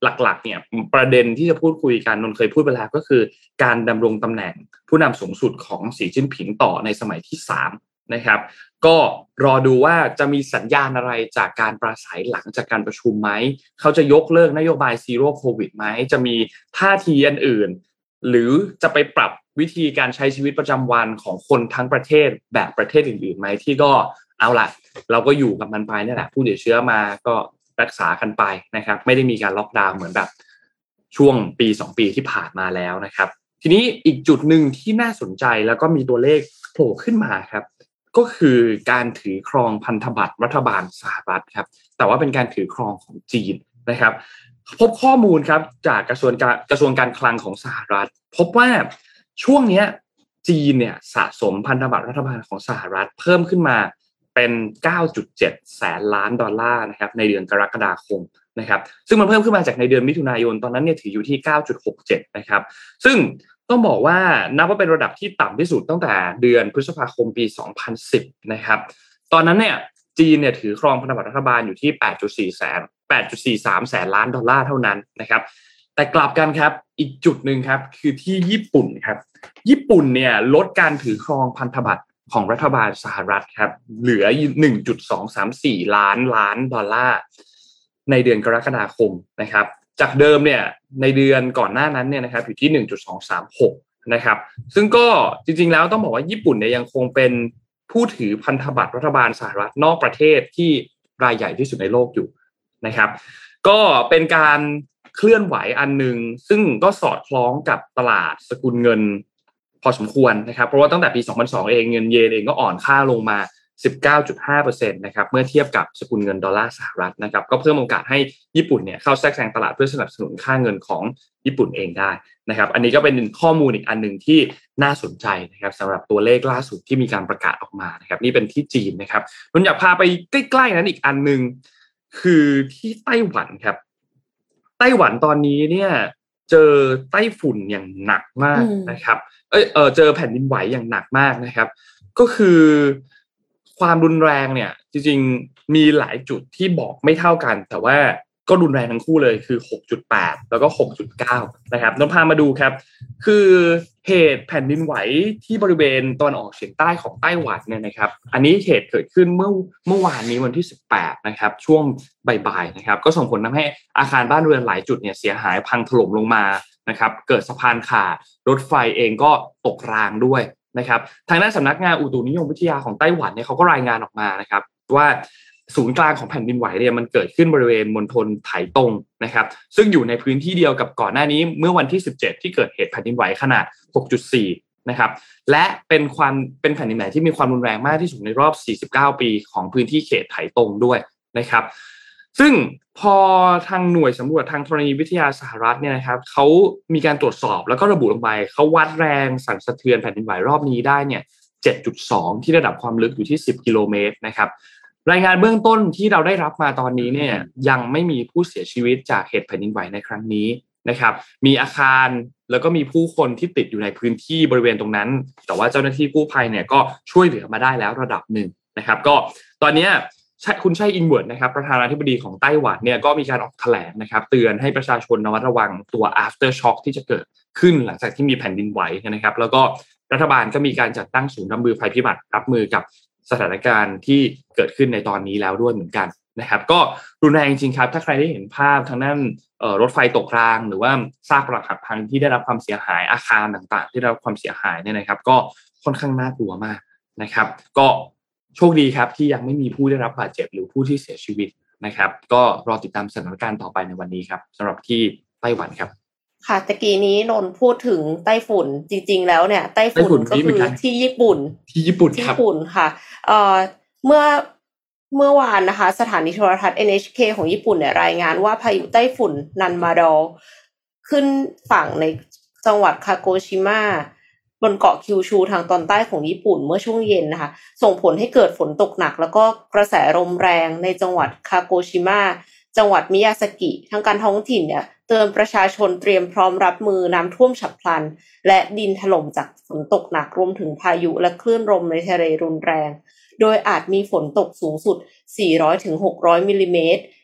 หลักๆเนี่ยประเด็นที่จะพูดคุยกันนนเคยพูดไปแล้วก็คือการดำรงตำแหน่งผู้นำสูงสุดของสีจิ้นผิงต่อในสมัยที่สามนะครับก็รอดูว่าจะมีสัญญาณอะไรจากการปราศัยหลังจากการประชุมไหมเขาจะยกเลิกนโยบายซีโร่โควิดไหมจะมีท่าทีอันอื่นหรือจะไปปรับวิธีการใช้ชีวิตประจำวันของคนทั้งประเทศแบบประเทศอื่นๆไหมที่ก็เอาล่ะเราก็อยู่กับมันไปนี่แหละผู้ติดเชื้อมาก็รักษากันไปนะครับไม่ได้มีการล็อกดาวน์เหมือนแบบช่วงปีสองปีที่ผ่านมาแล้วนะครับทีนี้อีกจุดหนึ่งที่น่าสนใจแล้วก็มีตัวเลขโผล่ขึ้นมาครับก็คือการถือครองพันธบัตรรัฐบาลสหรัฐครับแต่ว่าเป็นการถือครองของจีนนะครับพบข้อมูลครับจากกระทรวงการกระทรวงการคลังของสหรัฐพบว่าช่วงนี้จีนเนี่ยสะสมพันธบัตรรัฐบาลของสหรัฐเพิ่มขึ้นมาเป็น เก้าจุดเจ็ด แสนล้านดอลลาร์นะครับในเดือนกรกฎาคมนะครับซึ่งมันเพิ่มขึ้นมาจากในเดือนมิถุนายนตอนนั้นเนี่ยถืออยู่ที่ เก้าจุดหกเจ็ด นะครับซึ่งต้องบอกว่านับว่าเป็นระดับที่ต่ำที่สุดตั้งแต่เดือนพฤษภาคมปีสองพันสิบนะครับตอนนั้นเนี่ยจีนเนี่ยถือครองพันธบัตรรัฐบาลอยู่ที่ แปดจุดสี่ แสน แปดจุดสี่สาม แสนล้านดอลลาร์เท่านั้นนะครับแต่กลับกันครับอีกจุดนึงครับคือที่ญี่ปุ่นครับญี่ปุ่นเนี่ยลดการถือครองพันธบัตรของรัฐบาลสหรัฐครับเหลือ หนึ่งจุดสองสามสี่ ล้านล้านดอลลาร์ในเดือนกรกฎาคมนะครับจากเดิมเนี่ยในเดือนก่อนหน้านั้นเนี่ยนะครับอยู่ที่ หนึ่งจุดสองสามหก นะครับซึ่งก็จริงๆแล้วต้องบอกว่าญี่ปุ่นเนี่ยยังคงเป็นผู้ถือพันธบัตรรัฐบาลสหรัฐนอกประเทศที่รายใหญ่ที่สุดในโลกอยู่นะครับก็เป็นการเคลื่อนไหวอันนึงซึ่งก็สอดคล้องกับตลาดสกุลเงินพอสมควรนะครับเพราะว่าตั้งแต่ปีสองพันสองเองเงินเยนเองก็อ่อนค่าลงมา สิบเก้าจุดห้าเปอร์เซ็นต์ นะครับเมื่อเทียบกับสกุลเงินดอลลาร์สหรัฐนะครับก็เพิ่มโอกาสให้ญี่ปุ่นเนี่ยเข้าแทรกแซงตลาดเพื่อสนับสนุนค่าเงินของญี่ปุ่นเองได้นะครับอันนี้ก็เป็นข้อมูลอีกอันนึงที่น่าสนใจนะครับสำหรับตัวเลขล่าสุดที่มีการประกาศออกมานะครับนี่เป็นที่จีนนะครับผมอยากพาไปใกล้ๆนั้นอีกอันนึงคือที่ไต้หวันครับไต้หวันตอนนี้เนี่ยเจอไต้ฝุ่นอย่างหนักมากนะครับเออเออเจอแผ่นดินไหวอย่างหนักมากนะครับก็คือความรุนแรงเนี่ยจริงๆมีหลายจุดที่บอกไม่เท่ากันแต่ว่าก็รุนแรงทั้งคู่เลยคือ หกจุดแปด แล้วก็ หกจุดเก้า นะครับนำพามาดูครับคือเหตุแผ่นดินไหวที่บริเวณตะวันออกเฉียงใต้ของไต้หวันเนี่ยนะครับอันนี้เหตุเกิดขึ้นเมื่อเมื่อวานนี้วันที่สิบแปดนะครับช่วงบ่ายๆนะครับก็ส่งผลทำให้อาคารบ้านเรือนหลายจุดเนี่ยเสียหายพังถล่มลงมานะครับเกิดสะพานขาดรถไฟเองก็ตกรางด้วยนะครับทางด้านสำนักงานอุตุนิยมวิทยาของไต้หวันเนี่ยเขาก็รายงานออกมานะครับว่าศูนย์กลางของแผ่นดินไหวเนี่ยมันเกิดขึ้นบริเวณมณฑลไถตงนะครับซึ่งอยู่ในพื้นที่เดียวกับก่อนหน้านี้เมื่อวันที่สิบเจ็ดที่เกิดเหตุแผ่นดินไหวขนาด หกจุดสี่ นะครับและเป็นความเป็นแผ่นดินไหวที่มีความรุนแรงมากที่สุดในรอบสี่สิบเก้าปีของพื้นที่เขตไถตงด้วยนะครับซึ่งพอทางหน่วยสำรวจทางธรณีวิทยาสหรัฐเนี่ยนะครับเขามีการตรวจสอบแล้วก็ระบุลงไปเขาวัดแรงสั่นสะเทือนแผ่นดินไหวรอบนี้ได้เนี่ย เจ็ดจุดสอง ที่ระดับความลึกอยู่ที่สิบกิโลเมตรนะครับรายงานเบื้องต้นที่เราได้รับมาตอนนี้เนี่ยยังไม่มีผู้เสียชีวิตจากเหตุแผ่นดินไหวในครั้งนี้นะครับมีอาคารแล้วก็มีผู้คนที่ติดอยู่ในพื้นที่บริเวณตรงนั้นแต่ว่าเจ้าหน้าที่กู้ภัยเนี่ยก็ช่วยเหลือมาได้แล้วระดับหนึ่งนะครับก็ตอนนี้คุณไช่อิงเวิร์ดนะครับประธานาธิบดีของไต้หวันเนี่ยก็มีการออกแถลงนะครับเตือนให้ประชาชนระมัดระวังตัว after shock ที่จะเกิดขึ้นหลังจากที่มีแผ่นดินไหวนะครับแล้วก็รัฐบาลก็มีการจัดตั้งศูนย์รับมือภัยพิบัติรับมือกับสถานการณ์ที่เกิดขึ้นในตอนนี้แล้วด้วยเหมือนกันนะครับก็รุนแรงจริงๆครับถ้าใครได้เห็นภาพทางด้านรถไฟตกรางหรือว่าซากปรักหักพังที่ได้รับความเสียหายอาคารต่างๆที่ได้รับความเสียหายเนี่ยนะครับก็ค่อนข้างน่ากลัวมากนะครับก็โชคดีครับที่ยังไม่มีผู้ได้รับบาดเจ็บหรือผู้ที่เสียชีวิตนะครับก็รอติดตามสถานการณ์ต่อไปในวันนี้ครับสำหรับที่ไต้หวันครับค่ะตะกี้นี้นนพูดถึงไต้ฝุ่นจริงๆแล้วเนี่ยไต้ฝุ่นก็คือที่ญี่ปุ่นที่ญี่ปุ่นครับญี่ปุ่นค่ะเอ่อเมื่อเมื่อวานนะคะสถานีโทรทัศน์ เอ็น เอช เค ของญี่ปุ่นเนี่ยรายงานว่าพายุไต้ฝุ่นนันมาดอลขึ้นฝั่งในจังหวัดคาโกชิมะบนเกาะคิวชูทางตอนใต้ของญี่ปุ่นเมื่อช่วงเย็นนะคะส่งผลให้เกิดฝนตกหนักแล้วก็กระแสลมแรงในจังหวัดคาโกชิมะจังหวัดมิยาสกิทางการท้องถิ่นเนี่ยเตือนประชาชนเตรียมพร้อมรับมือน้ำท่วมฉับพลันและดินถล่มจากฝนตกหนักรวมถึงพายุและคลื่นลมในทะเลรุนแรงโดยอาจมีฝนตกสูงสุดสี่ร้อยถึงหกร้อยมิลลิเมตร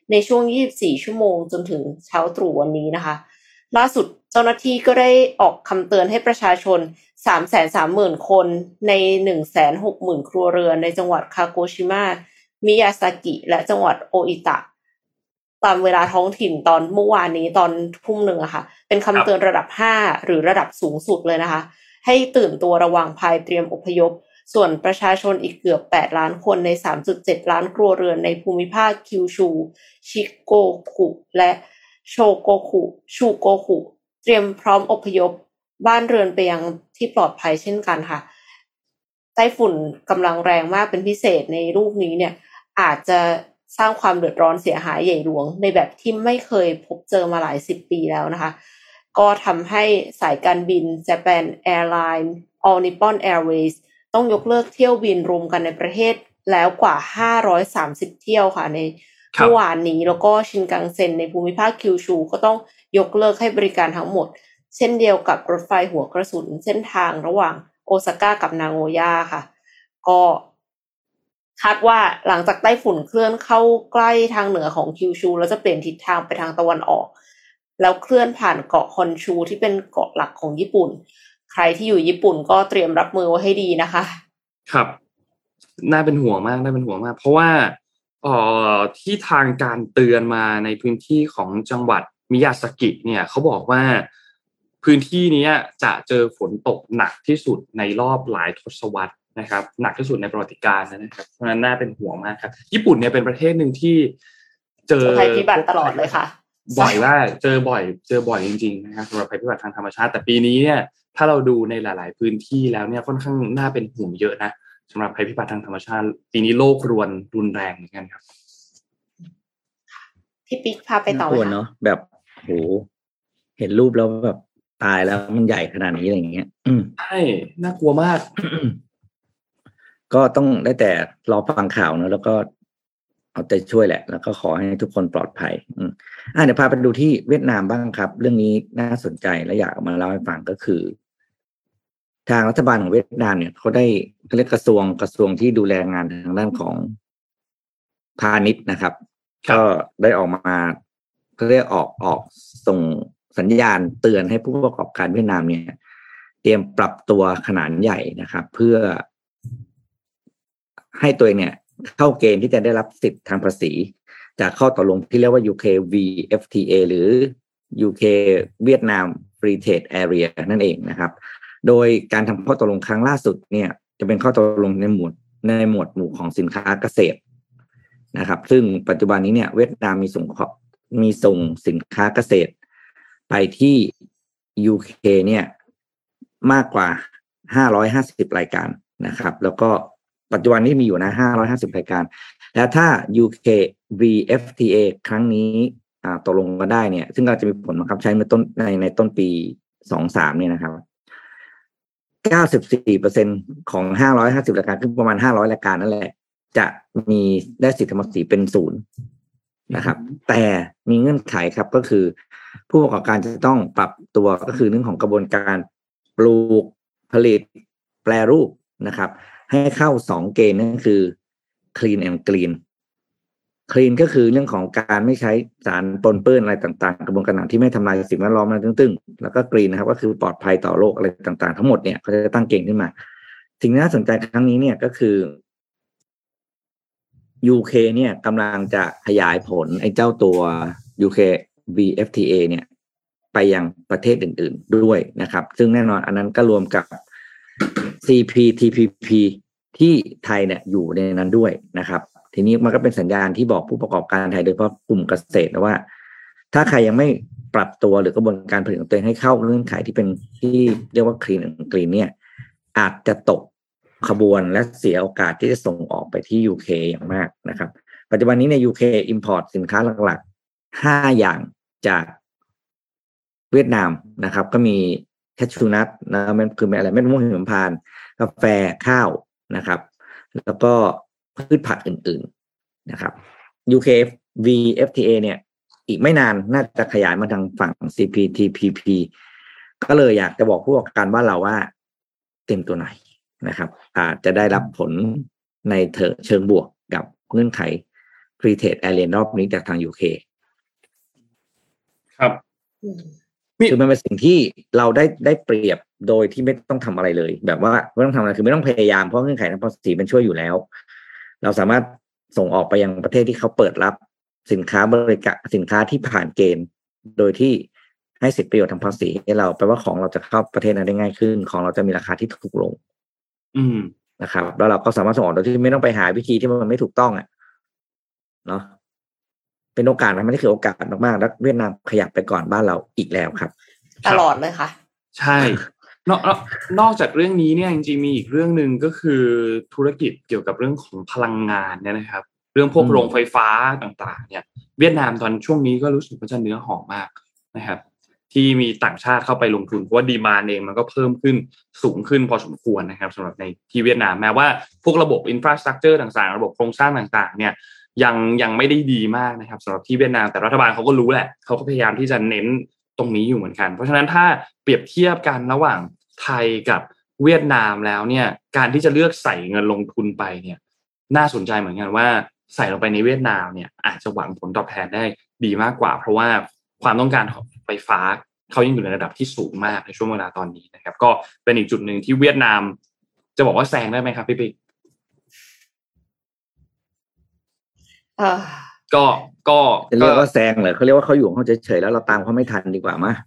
ในช่วงยี่สิบสี่ชั่วโมงจนถึงเช้าตรู่วันนี้นะคะล่าสุดเจ้าหน้าที่ก็ได้ออกคำเตือนให้ประชาชน สามแสนสามหมื่น คนใน หนึ่งแสนหกหมื่น ครัวเรือนในจังหวัดคาโกชิมะมิยาซากิและจังหวัดโออิตะตามเวลาท้องถิ่นตอนเมื่อวานนี้ตอนทุ่มหนึ่งอะค่ะเป็นคำเตือนระดับห้าหรือระดับสูงสุดเลยนะคะให้ตื่นตัวระวังภัยเตรียมอพยพส่วนประชาชนอีกเกือบแปดล้านคนใน สามจุดเจ็ด ล้านครัวเรือนในภูมิภาคคิวชูชิโกคุและโชโกคุชูโกคุเตรียมพร้อมอพยพบ้านเรือนไปยังที่ปลอดภัยเช่นกันค่ะไต้ฝุ่นกำลังแรงมากเป็นพิเศษในรูปนี้เนี่ยอาจจะสร้างความเดือดร้อนเสียหายใหญ่หลวงในแบบที่ไม่เคยพบเจอมาหลายสิบปีแล้วนะคะก็ทำให้สายการบิน Japan Airlines All Nippon Airways ต้องยกเลิกเที่ยวบินรวมกันในประเทศแล้วกว่าห้าร้อยสามสิบเที่ยวค่ะในเมื่อวานนี้แล้วก็ชินคังเซ็นในภูมิภาคคิวชูก็ต้องยกเลิกให้บริการทั้งหมดเช่นเดียวกับรถไฟหัวกระสุนเส้นทางระหว่างโอซาก้ากับนางโอย่าค่ะก็คาดว่าหลังจากไต้ฝุ่นเคลื่อนเข้าใกล้ทางเหนือของคิวชูแล้วจะเปลี่ยนทิศทางไปทางตะวันออกแล้วเคลื่อนผ่านเกาะฮอนชูที่เป็นเกาะหลักของญี่ปุ่นใครที่อยู่ญี่ปุ่นก็เตรียมรับมือไว้ให้ดีนะคะครับน่าเป็นห่วงมากน่าเป็นห่วงมากเพราะว่าเอ่อที่ทางการเตือนมาในพื้นที่ของจังหวัดมิยาซากิเนี่ยเขาบอกว่าพื้นที่นี้จะเจอฝนตกหนักที่สุดในรอบหลายทศวรรษนะครับหนักที่สุดในประวัติการนะครับเพราะฉะนั้นน่าเป็นห่วงมากครับญี่ปุ่นเนี่ยเป็นประเทศหนึ่งที่เจอภัยพิบัติตลอดเลยค่ะบ่อยว่าเจอบ่อยเจอบ่อยจริงๆนะครับสำหรับภัยพิบัติทางธรรมชาติแต่ปีนี้เนี่ยถ้าเราดูในหลายๆพื้นที่แล้วเนี่ยค่อนข้างน่าเป็นห่วงเยอะนะสำหรับภัยพิบัติทางธรรมชาติปีนี้โลกรวนรุนแรงเหมือนกันครับพี่ปิ๊กพาไปต่อเนาะแบบโหเห็นรูปแล้วแบบตายแล้วมันใหญ่ขนาดนี้อะไรอย่างเงี้ยใช่น่ากลัวมากก็ต้องได้แต่รอฟังข่าวเนอะแล้วก็เอาใจช่วยแหละแล้วก็ขอให้ทุกคนปลอดภัยอืมอ่ะเดี๋ยวพาไปดูที่เวียดนามบ้างครับเรื่องนี้น่าสนใจและอยากเอามาเล่าให้ฟังก็คือทางรัฐบาลของเวียดนามเนี่ยเขาได้เขาเรียกกระทรวงกระทรวงที่ดูแลงานทางด้านของพาณิชย์นะครับก็ได้ออกมาเขาเรียกออกออกส่งสัญญาณเตือนให้ผู้ประกอบการเวียดนามเนี่ยเตรียมปรับตัวขนาดใหญ่นะครับเพื่อให้ตัวเองเนี่ยเข้าเกณฑ์ที่จะได้รับสิทธิทางภาษีจากข้อตกลงที่เรียกว่า ยู เค วี เอฟ ที เอ หรือ ยู เค เวียดนาม Free Trade Area นั่นเองนะครับโดยการทำข้อตกลงครั้งล่าสุดเนี่ยจะเป็นข้อตกลงในหมวดในหมวดหมู่ของสินค้าเกษตรนะครับซึ่งปัจจุบันนี้เนี่ยเวียดนามมีส่งมีส่งสินค้าเกษตรไปที่ ยู เค เนี่ยมากกว่าห้าร้อยห้าสิบรายการนะครับแล้วก็ปัจจุบันนี้มีอยู่นะห้าร้อยห้าสิบรายการแล้วถ้า ยู เค วี เอฟ ที เอ ครั้งนี้อ่าตกลงกันได้เนี่ยซึ่งเราจะมีผลบังคับใช้ในต้นในในต้นปีสองพันยี่สิบสามเนี่ยนะครับ เก้าสิบสี่เปอร์เซ็นต์ ของห้าร้อยห้าสิบรายการคือประมาณห้าร้อยรายการนั่นแหละจะมีได้สิทธิภาษีเป็นศูนย์นะครับแต่มีเงื่อนไขครับก็คือผู้ประกอบการจะต้องปรับตัวก็คือเรื่องของกระบวนการปลูกผลิตแปรรูปนะครับให้เข้าสองเกณฑ์นั่นคือ clean and green clean ก็คือเรื่องของการไม่ใช้สารปนเปื้อนอะไรต่างๆกระบวนการที่ไม่ทำลายสิ่งแวดล้อมอะไรตึ้งๆแล้วก็ green นะครับก็คือปลอดภัยต่อโลกอะไรต่างๆทั้งหมดเนี่ยเขาจะตั้งเกณฑ์ขึ้นมาสิ่งที่น่าสนใจครั้งนี้เนี่ยก็คือ ยู เค เนี่ยกำลังจะขยายผลไอ้เจ้าตัว ยู เค วี เอฟ ที เอ เนี่ยไปยังประเทศอื่นๆด้วยนะครับซึ่งแน่นอนอันนั้นก็รวมกับ ซี พี ที พี พี ที่ไทยเนี่ยอยู่ในนั้นด้วยนะครับทีนี้มันก็เป็นสัญญาณที่บอกผู้ประกอบการไทยโดยเฉพาะกลุ่มเกษตรนะว่าถ้าใครยังไม่ปรับตัวหรือกระบวนการผลิตของตัวเองให้เข้าเงื่อนไขที่เป็นที่เรียกว่า clean and green เนี่ยอาจจะตกขบวนและเสียโอกาสที่จะส่งออกไปที่ ยู เค อย่างมากนะครับปัจจุบันนี้ใน ยู เค import สินค้าหลักๆห้าอย่างจากเวียดนามนะครับก็มีแคชชูนัทนะมันคืออะไรเม็ดมะม่วงหิมพานต์กาแฟข้าวนะครับแล้วก็พืชผักอื่นๆนะครับ ยู เค วี เอฟ ที เอ เนี่ยอีกไม่นานน่าจะขยายมาทางฝั่ง ซี พี ที พี พี ก็เลยอยากจะบอกผู้ประกอบการว่าเราว่าเต็มตัวหน่อยนะครับอาจจะได้รับผลในเชิงบวกกับเงื่อนไข free trade area รอบนี้จากทาง ยู เคครับคือมันเป็นสิ่งที่เราได้ได้เปรียบโดยที่ไม่ต้องทำอะไรเลยแบบว่าไม่ต้องทำอะไรคือไม่ต้องพยายามเพราะเงื่อนไขทางภาษีมันช่วยอยู่แล้วเราสามารถส่งออกไปยังประเทศที่เขาเปิดรับสินค้าบริการสินค้าที่ผ่านเกณฑ์โดยที่ให้สิทธิประโยชน์ทางภาษีให้เราแปลว่าของเราจะเข้าประเทศนั้นได้ง่ายขึ้นของเราจะมีราคาที่ถูกลงอืมนะครับแล้วเราก็สามารถส่งออกโดยที่ไม่ต้องไปหาวิธีที่มันไม่ถูกต้องอ่ะเนาะเป็นโอกาสนะไม่ได้คือโอกาสมากๆแล้วเวียดนามขยับไปก่อนบ้านเราอีกแล้วครับตลอดเลยค่ะใช่นอกนอกจากเรื่องนี้เนี่ยจริงๆมีอีกเรื่องนึงก็คือธุรกิจเกี่ยวกับเรื่องของพลังงานเนี่ยนะครับเรื่องพวกโรงไฟฟ้าต่างๆเนี่ยเวียดนามตอนช่วงนี้ก็รู้สึกว่าจะเนื้อหอมมากนะครับที่มีต่างชาติเข้าไปลงทุนเพราะว่าดีมานด์เองมันก็เพิ่มขึ้นสูงขึ้นพอสมควรนะครับสำหรับในที่เวียดนามแม้ว่าพวกระบบอินฟราสตรัคเจอร์ต่างๆระบบโครงสร้างต่างๆเนี่ยยังยังไม่ได้ดีมากนะครับสำหรับที่เวียดนามแต่รัฐบาลเขาก็รู้แหละเขาก็พยายามที่จะเน้นตรงนี้อยู่เหมือนกันเพราะฉะนั้นถ้าเปรียบเทียบกันระหว่างไทยกับเวียดนามแล้วเนี่ยการที่จะเลือกใส่เงินลงทุนไปเนี่ยน่าสนใจเหมือนกันว่าใส่ลงไปในเวียดนามเนี่ยอาจจะหวังผลตอบแทนได้ดีมากกว่าเพราะว่าความต้องการของไฟฟ้าเขายังอยู่ในระดับที่สูงมากในช่วงเวลาตอนนี้นะครับก็เป็นอีกจุดหนึ่งที่เวียดนามจะบอกว่าแซงได้ไหมครับพี่ปิ๊กก็ก็เรียกว่าแซงเหรอเขาเรียกว่าเขาอยู่ของเขาเฉยๆแล้วเราตามเขาไม่ทันดีกว่ามั้ย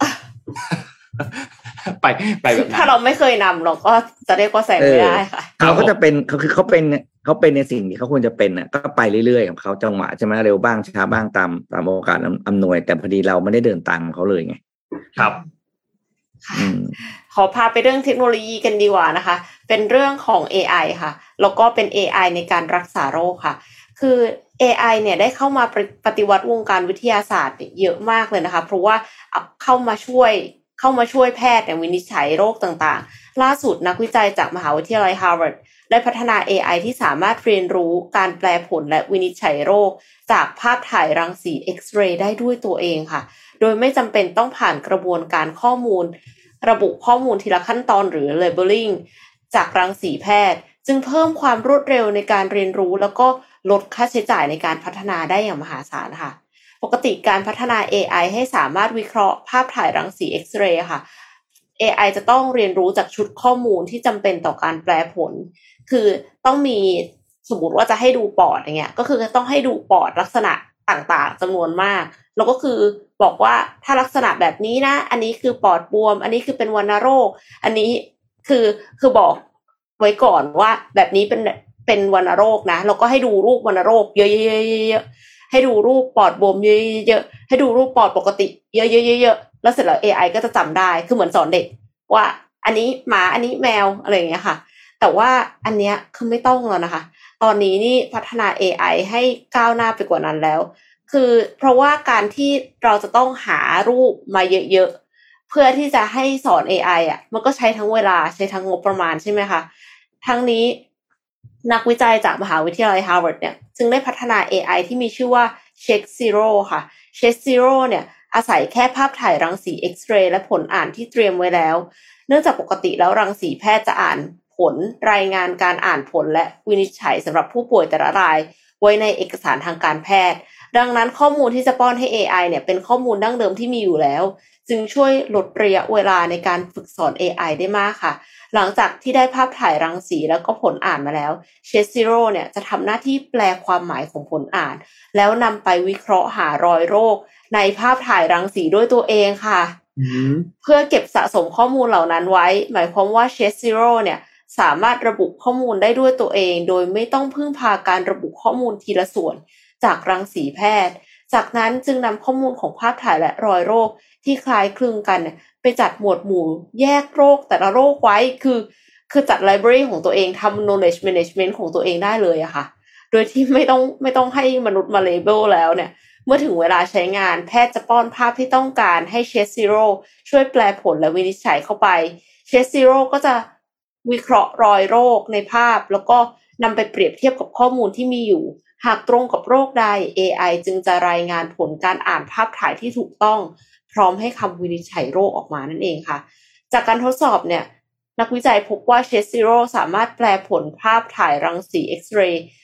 ไปไปแบบถ้าเราไม่เคยนำเราก็จะเรียกว่าแซงไม่ได้ค่ะเขาก็จะเป็นเขาคือเขาเป็นเขาเป็นในสิ่งที่เขาควรจะเป็นน่ะก็ไปเรื่อยๆของเขาจังหวะใช่ไหมเร็วบ้างช้าบ้างตามตามโอกาสอำนวยแต่พอดีเราไม่ได้เดินตามเขาเลยไงครับขอพาไปเรื่องเทคโนโลยีกันดีกว่านะคะเป็นเรื่องของ เอ ไอ ค่ะแล้วก็เป็น เอ ไอ ในการรักษาโรคค่ะคือ เอ ไอ เนี่ยได้เข้ามาปฏิวัติวงการวิทยาศาสตร์เยอะมากเลยนะคะเพราะว่าเข้ามาช่วยเข้ามาช่วยแพทย์ในวินิจฉัยโรคต่างๆล่าสุดนักวิจัยจากมหาวิทยาลัยฮาร์วาร์ดได้พัฒนา เอ ไอ ที่สามารถเรียนรู้การแปลผลและวินิจฉัยโรคจากภาพถ่ายรังสีเอ็กซเรย์ได้ด้วยตัวเองค่ะโดยไม่จำเป็นต้องผ่านกระบวนการข้อมูลระบุข้อมูลทีละขั้นตอนหรือ labeling จากรังสีแพทย์จึงเพิ่มความรวดเร็วในการเรียนรู้แล้วก็ลดค่าใช้จ่ายในการพัฒนาได้อย่างมหาศาลค่ะปกติการพัฒนา เอ ไอ ให้สามารถวิเคราะห์ภาพถ่ายรังสีเอ็กซเรย์ค่ะ เอ ไอ จะต้องเรียนรู้จากชุดข้อมูลที่จำเป็นต่อการแปลผลคือต้องมีสมมุติว่าจะให้ดูปอดอย่างเงี้ยก็คือต้องให้ดูปอดลักษณะต่างๆจำนวนมากแล้วก็คือบอกว่าถ้าลักษณะแบบนี้นะอันนี้คือปอดบวมอันนี้คือเป็นวัณโรคอันนี้คือคือบอกไว้ก่อนว่าแบบนี้เป็นเป็นวัณโรคนะแล้วก็ให้ดูรูปวัณโรคเยอะๆๆให้ดูรูปปอดบวมเยอะๆให้ดูรูปปอดปกติเยอะๆๆแล้วเสร็จแล้ว เอ ไอ ก็จะจำได้คือเหมือนสอนเด็กว่าอันนี้หมาอันนี้แมวอะไรอย่างเงี้ยค่ะแต่ว่าอันเนี้ยคือไม่ต้องแล้วนะคะตอนนี้นี่พัฒนา เอ ไอ ให้ก้าวหน้าไปกว่านั้นแล้วคือเพราะว่าการที่เราจะต้องหารูปมาเยอะๆเพื่อที่จะให้สอน เอ ไอ อ่ะมันก็ใช้ทั้งเวลาใช้ทั้งงบประมาณใช่ไหมคะทั้งนี้นักวิจัยจากมหาวิทยาลัยฮาร์วาร์ดเนี่ยจึงได้พัฒนา เอ ไอ ที่มีชื่อว่า Check Zero ค่ะ Check Zero เนี่ยอาศัยแค่ภาพถ่ายรังสีเอ็กซเรย์และผลอ่านที่เตรียมไว้แล้วเนื่องจากปกติแล้วรังสีแพทย์จะอ่านผลรายงานการอ่านผลและวินิจฉัยสำหรับผู้ป่วยแต่ละรายไว้ในเอกสารทางการแพทย์ดังนั้นข้อมูลที่จะป้อนให้ เอ ไอ เนี่ยเป็นข้อมูลดั้งเดิมที่มีอยู่แล้วจึงช่วยลดระยะเวลาในการฝึกสอน เอ ไอ ได้มากค่ะหลังจากที่ได้ภาพถ่ายรังสีแล้วก็ผลอ่านมาแล้ว Check Zero เนี่ยจะทำหน้าที่แปลความหมายของผลอ่านแล้วนำไปวิเคราะห์หารอยโรคในภาพถ่ายรังสีด้วยตัวเองค่ะ mm-hmm. เพื่อเก็บสะสมข้อมูลเหล่านั้นไว้หมายความว่า Check Zero เนี่ยสามารถระบุข้อมูลได้ด้วยตัวเองโดยไม่ต้องพึ่งพาการระบุข้อมูลทีละส่วนจากรังสีแพทย์จากนั้นจึงนำข้อมูลของภาพถ่ายและรอยโรคที่คล้ายคลึงกันไปจัดหมวดหมู่แยกโรคแต่ละโรคไว้คือคือจัด library ของตัวเองทำ knowledge management ของตัวเองได้เลยอะค่ะโดยที่ไม่ต้องไม่ต้องให้มนุษย์มา label แล้วเนี่ยเมื่อถึงเวลาใช้งานแพทย์จะป้อนภาพที่ต้องการให้ Check Zero ช่วยแปลผลและวินิจฉัยเข้าไป Check Zero ก็จะวิเคราะห์รอยโรคในภาพแล้วก็นำไปเปรียบเทียบกับข้อมูลที่มีอยู่หากตรงกับโรคใด เอ ไอ จึงจะรายงานผลการอ่านภาพถ่ายที่ถูกต้องพร้อมให้คำวินิจฉัยโรคออกมานั่นเองค่ะจากการทดสอบเนี่ยนักวิจัยพบว่า Check Zero สามารถแปลผลภาพถ่ายรังสีเอ็กซเรย์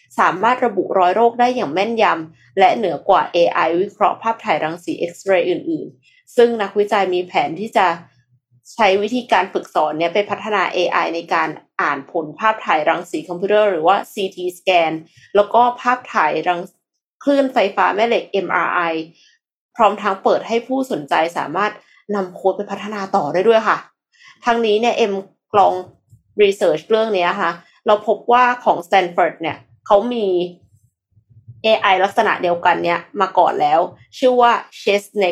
สามารถระบุรอยโรคได้อย่างแม่นยำและเหนือกว่า เอ ไอ วิเคราะห์ภาพถ่ายรังสีเอ็กซเรย์อื่นๆซึ่งนักวิจัยมีแผนที่จะใช้วิธีการฝึกสอนเนี่ยไปพัฒนา เอ ไอ ในการอ่านผลภาพถ่ายรังสีคอมพิวเตอร์หรือว่า ซี ที scan แล้วก็ภาพถ่ายรังคลื่นไฟฟ้าแม่เหล็ก เอ็ม อาร์ ไอ พร้อมทั้งเปิดให้ผู้สนใจสามารถนำโค้ดไปพัฒนาต่อได้ด้วยค่ะทั้งนี้เนี่ยเอ็มลองรีเสิร์ชเรื่องนี้ค่ะเราพบว่าของ Stanford เนี่ยเขามี เอ ไอ ลักษณะเดียวกันเนี่ยมาก่อนแล้วชื่อว่า Chestnut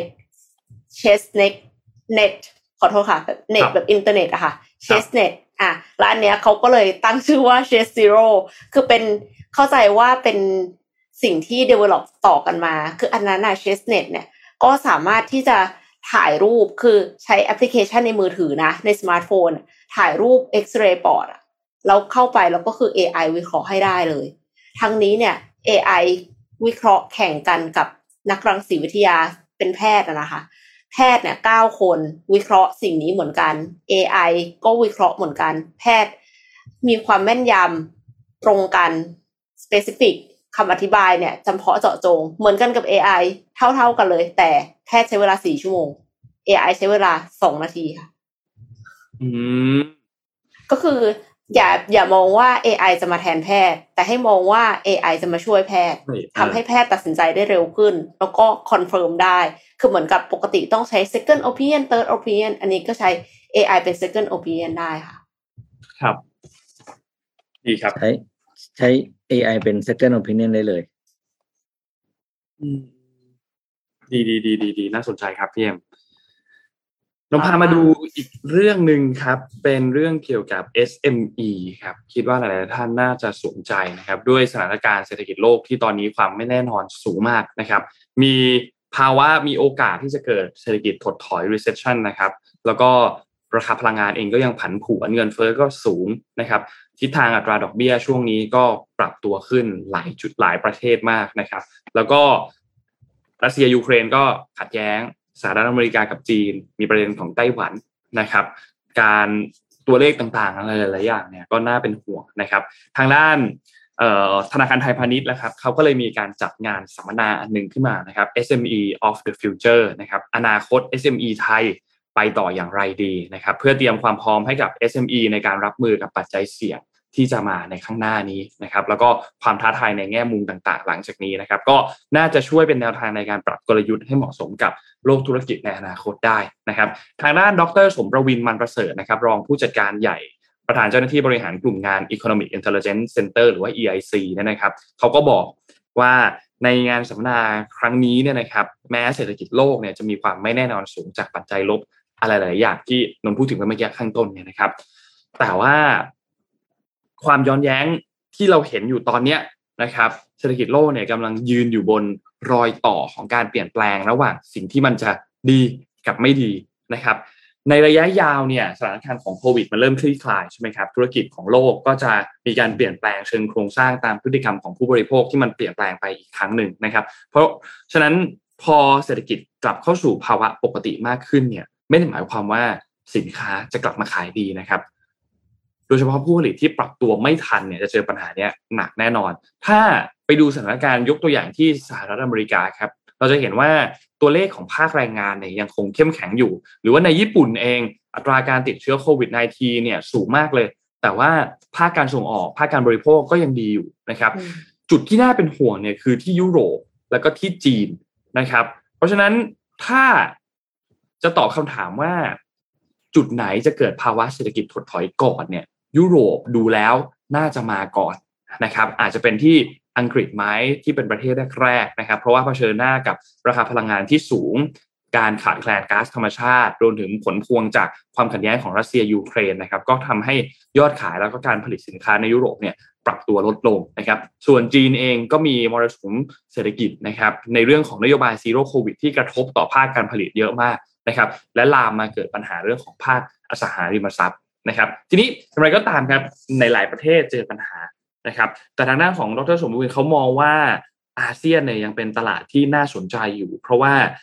Chestnut Net ขอโทษค่ะแบบเน็ตแบบอินเทอร์เน็ตอะค่ะ Chestnut อ่ะแล้วอันเนี้ยเขาก็เลยตั้งชื่อว่า Chest Zero คือเป็นเข้าใจว่าเป็นสิ่งที่ develop ต่อกันมาคืออันนั้นน่ะ Chestnut เนี่ยก็สามารถที่จะถ่ายรูปคือใช้แอปพลิเคชันในมือถือนะในสมาร์ทโฟนถ่ายรูปเอ็กซเรย์ปอดอะแล้วเข้าไปแล้วก็คือ เอ ไอ วิเคราะห์ให้ได้เลยทั้งนี้เนี่ย เอ ไอ วิเคราะห์แข่งกันกับนักรังสีวิทยาเป็นแพทย์นะคะแพทย์เนี่ยเก้าคนวิเคราะห์สิ่งนี้เหมือนกัน เอ ไอ ก็วิเคราะห์เหมือนกันแพทย์มีความแม่นยำตรงกัน specific คำอธิบายเนี่ยจำเพาะเจาะจงเหมือนกันกับ เอ ไอ เท่าๆกันเลยแต่แพทย์ใช้เวลาสี่ชั่วโมง เอ ไอ ใช้เวลาสองนาทีค่ะอืมก็คืออย่าอย่ามองว่า เอ ไอ จะมาแทนแพทย์แต่ให้มองว่า เอ ไอ จะมาช่วยแพทย์ทำให้แพทย์ตัดสินใจได้เร็วขึ้นแล้วก็คอนเฟิร์มได้คือเหมือนกับปกติต้องใช้ second opinion third opinion อันนี้ก็ใช้ เอ ไอ เป็น second opinion ได้ค่ะครับดีครับใช้ใช้ เอ ไอ เป็น second opinion ได้เลยอืมดีดีดีดีดีน่าสนใจครับพี่เอ็มเราพามาดูอีกเรื่องนึงครับเป็นเรื่องเกี่ยวกับ เอส เอ็ม อี ครับคิดว่าหลายๆท่านน่าจะสนใจนะครับด้วยสถานการณ์เศรษฐกิจโลกที่ตอนนี้ความไม่แน่นอนสูงมากนะครับมีภาวะมีโอกาสที่จะเกิดเศรษฐกิจถดถอย recession นะครับแล้วก็ราคาพลังงานเองก็ยังผันผวนเงินเฟ้อก็สูงนะครับทิศทางอัตราดอกเบี้ยช่วงนี้ก็ปรับตัวขึ้นหลายจุดหลายประเทศมากนะครับแล้วก็รัสเซียยูเครนก็ขัดแย้งสหรัฐอเมริกากับจีนมีประเด็นของไต้หวันนะครับการตัวเลขต่างๆอะไรหลายๆอย่างเนี่ยก็น่าเป็นห่วงนะครับทางด้านธนาคารไทยพาณิชย์นะครับเขาก็เลยมีการจัดงานสัมมนาอันนึงขึ้นมานะครับ เอส เอ็ม อี of the future นะครับอนาคต เอส เอ็ม อี ไทยไปต่ออย่างไรดีนะครับเพื่อเตรียมความพร้อมให้กับ เอส เอ็ม อี ในการรับมือกับปัจจัยเสี่ยงที่จะมาในข้างหน้านี้นะครับแล้วก็ความท้าทายในแง่มุมต่างๆหลังจากนี้นะครับก็น่าจะช่วยเป็นแนวทางในการปรับกลยุทธ์ให้เหมาะสมกับโลกธุรกิจในอนาคตได้นะครับทางด้านดร.สมประวินมันประเสริฐนะครับรองผู้จัดการใหญ่ประธานเจ้าหน้าที่บริหารกลุ่มงาน Economic Intelligence Center หรือว่า อี ไอ ซี เนี่ยนะครับเขาก็บอกว่าในงานสัมมนาครั้งนี้เนี่ยนะครับแม้เศรษฐกิจโลกเนี่ยจะมีความไม่แน่นอนสูงจากปัจจัยลบอะไรหลายอย่างที่นนพูดถึงไปเมื่อกี้ข้างต้นเนี่ยนะครับแต่ว่าความย้อนแย้งที่เราเห็นอยู่ตอนนี้นะครับเศรษฐกิจโลกเนี่ยกำลังยืนอยู่บนรอยต่อของการเปลี่ยนแปลงระหว่างสิ่งที่มันจะดีกับไม่ดีนะครับในระยะยาวเนี่ยสถานการณ์ของโควิดมันเริ่มคลี่คลายใช่ไหมครับธุรกิจของโลกก็จะมีการเปลี่ยนแปลงเชิงโครงสร้างตามพฤติกรรมของผู้บริโภคที่มันเปลี่ยนแปลงไปอีกครั้งหนึ่งนะครับเพราะฉะนั้นพอเศรษฐกิจกลับเข้าสู่ภาวะปกติมากขึ้นเนี่ยไม่ได้หมายความว่าสินค้าจะกลับมาขายดีนะครับโดยเฉพาะผู้ผลิตที่ปรับตัวไม่ทันเนี่ยจะเจอปัญหาเนี้ยหนักแน่นอนถ้าไปดูสถานการณ์ยกตัวอย่างที่สหรัฐอเมริกาครับเราจะเห็นว่าตัวเลขของภาคแรงงานเนี่ยยังคงเข้มแข็งอยู่หรือว่าในญี่ปุ่นเองอัตราการติดเชื้อโควิด สิบเก้า เนี่ยสูงมากเลยแต่ว่าภาคการส่งออกภาคการบริโภคก็ยังดีอยู่นะครับจุดที่น่าเป็นห่วงเนี่ยคือที่ยุโรปแล้วก็ที่จีนนะครับเพราะฉะนั้นถ้าจะตอบคำถามว่าจุดไหนจะเกิดภาวะเศรษฐกิจถดถอยก่อนเนี่ยยุโรปดูแล้วน่าจะมาก่อนนะครับอาจจะเป็นที่อังกฤษไหมที่เป็นประเทศแรกๆนะครับเพราะว่าเผชิญหน้ากับราคาพลังงานที่สูงการขาดแคลนก๊าซธรรมชาติรวมถึงผลพวงจากความขัดแย้งของรัสเซียยูเครนนะครับก็ทำให้ยอดขายแล้วก็การผลิตสินค้าในยุโรปเนี่ยปรับตัวลดลงนะครับส่วนจีนเองก็มีมรสุมเศรษฐกิจนะครับในเรื่องของนโยบายซีโร่โควิดที่กระทบต่อภาคการผลิตเยอะมากนะครับและลามมาเกิดปัญหาเรื่องของภาคอสังหาริมทรัพย์นะครับทีนี้อย่างไรก็ตามครับในหลายประเทศเจอปัญหานะครับแต่ทางด้านของดร.สมบูรณ์เขามองว่าอาเซียนเนี่ยยังเป็นตลาดที่น่าสนใจอยู่เพราะว่า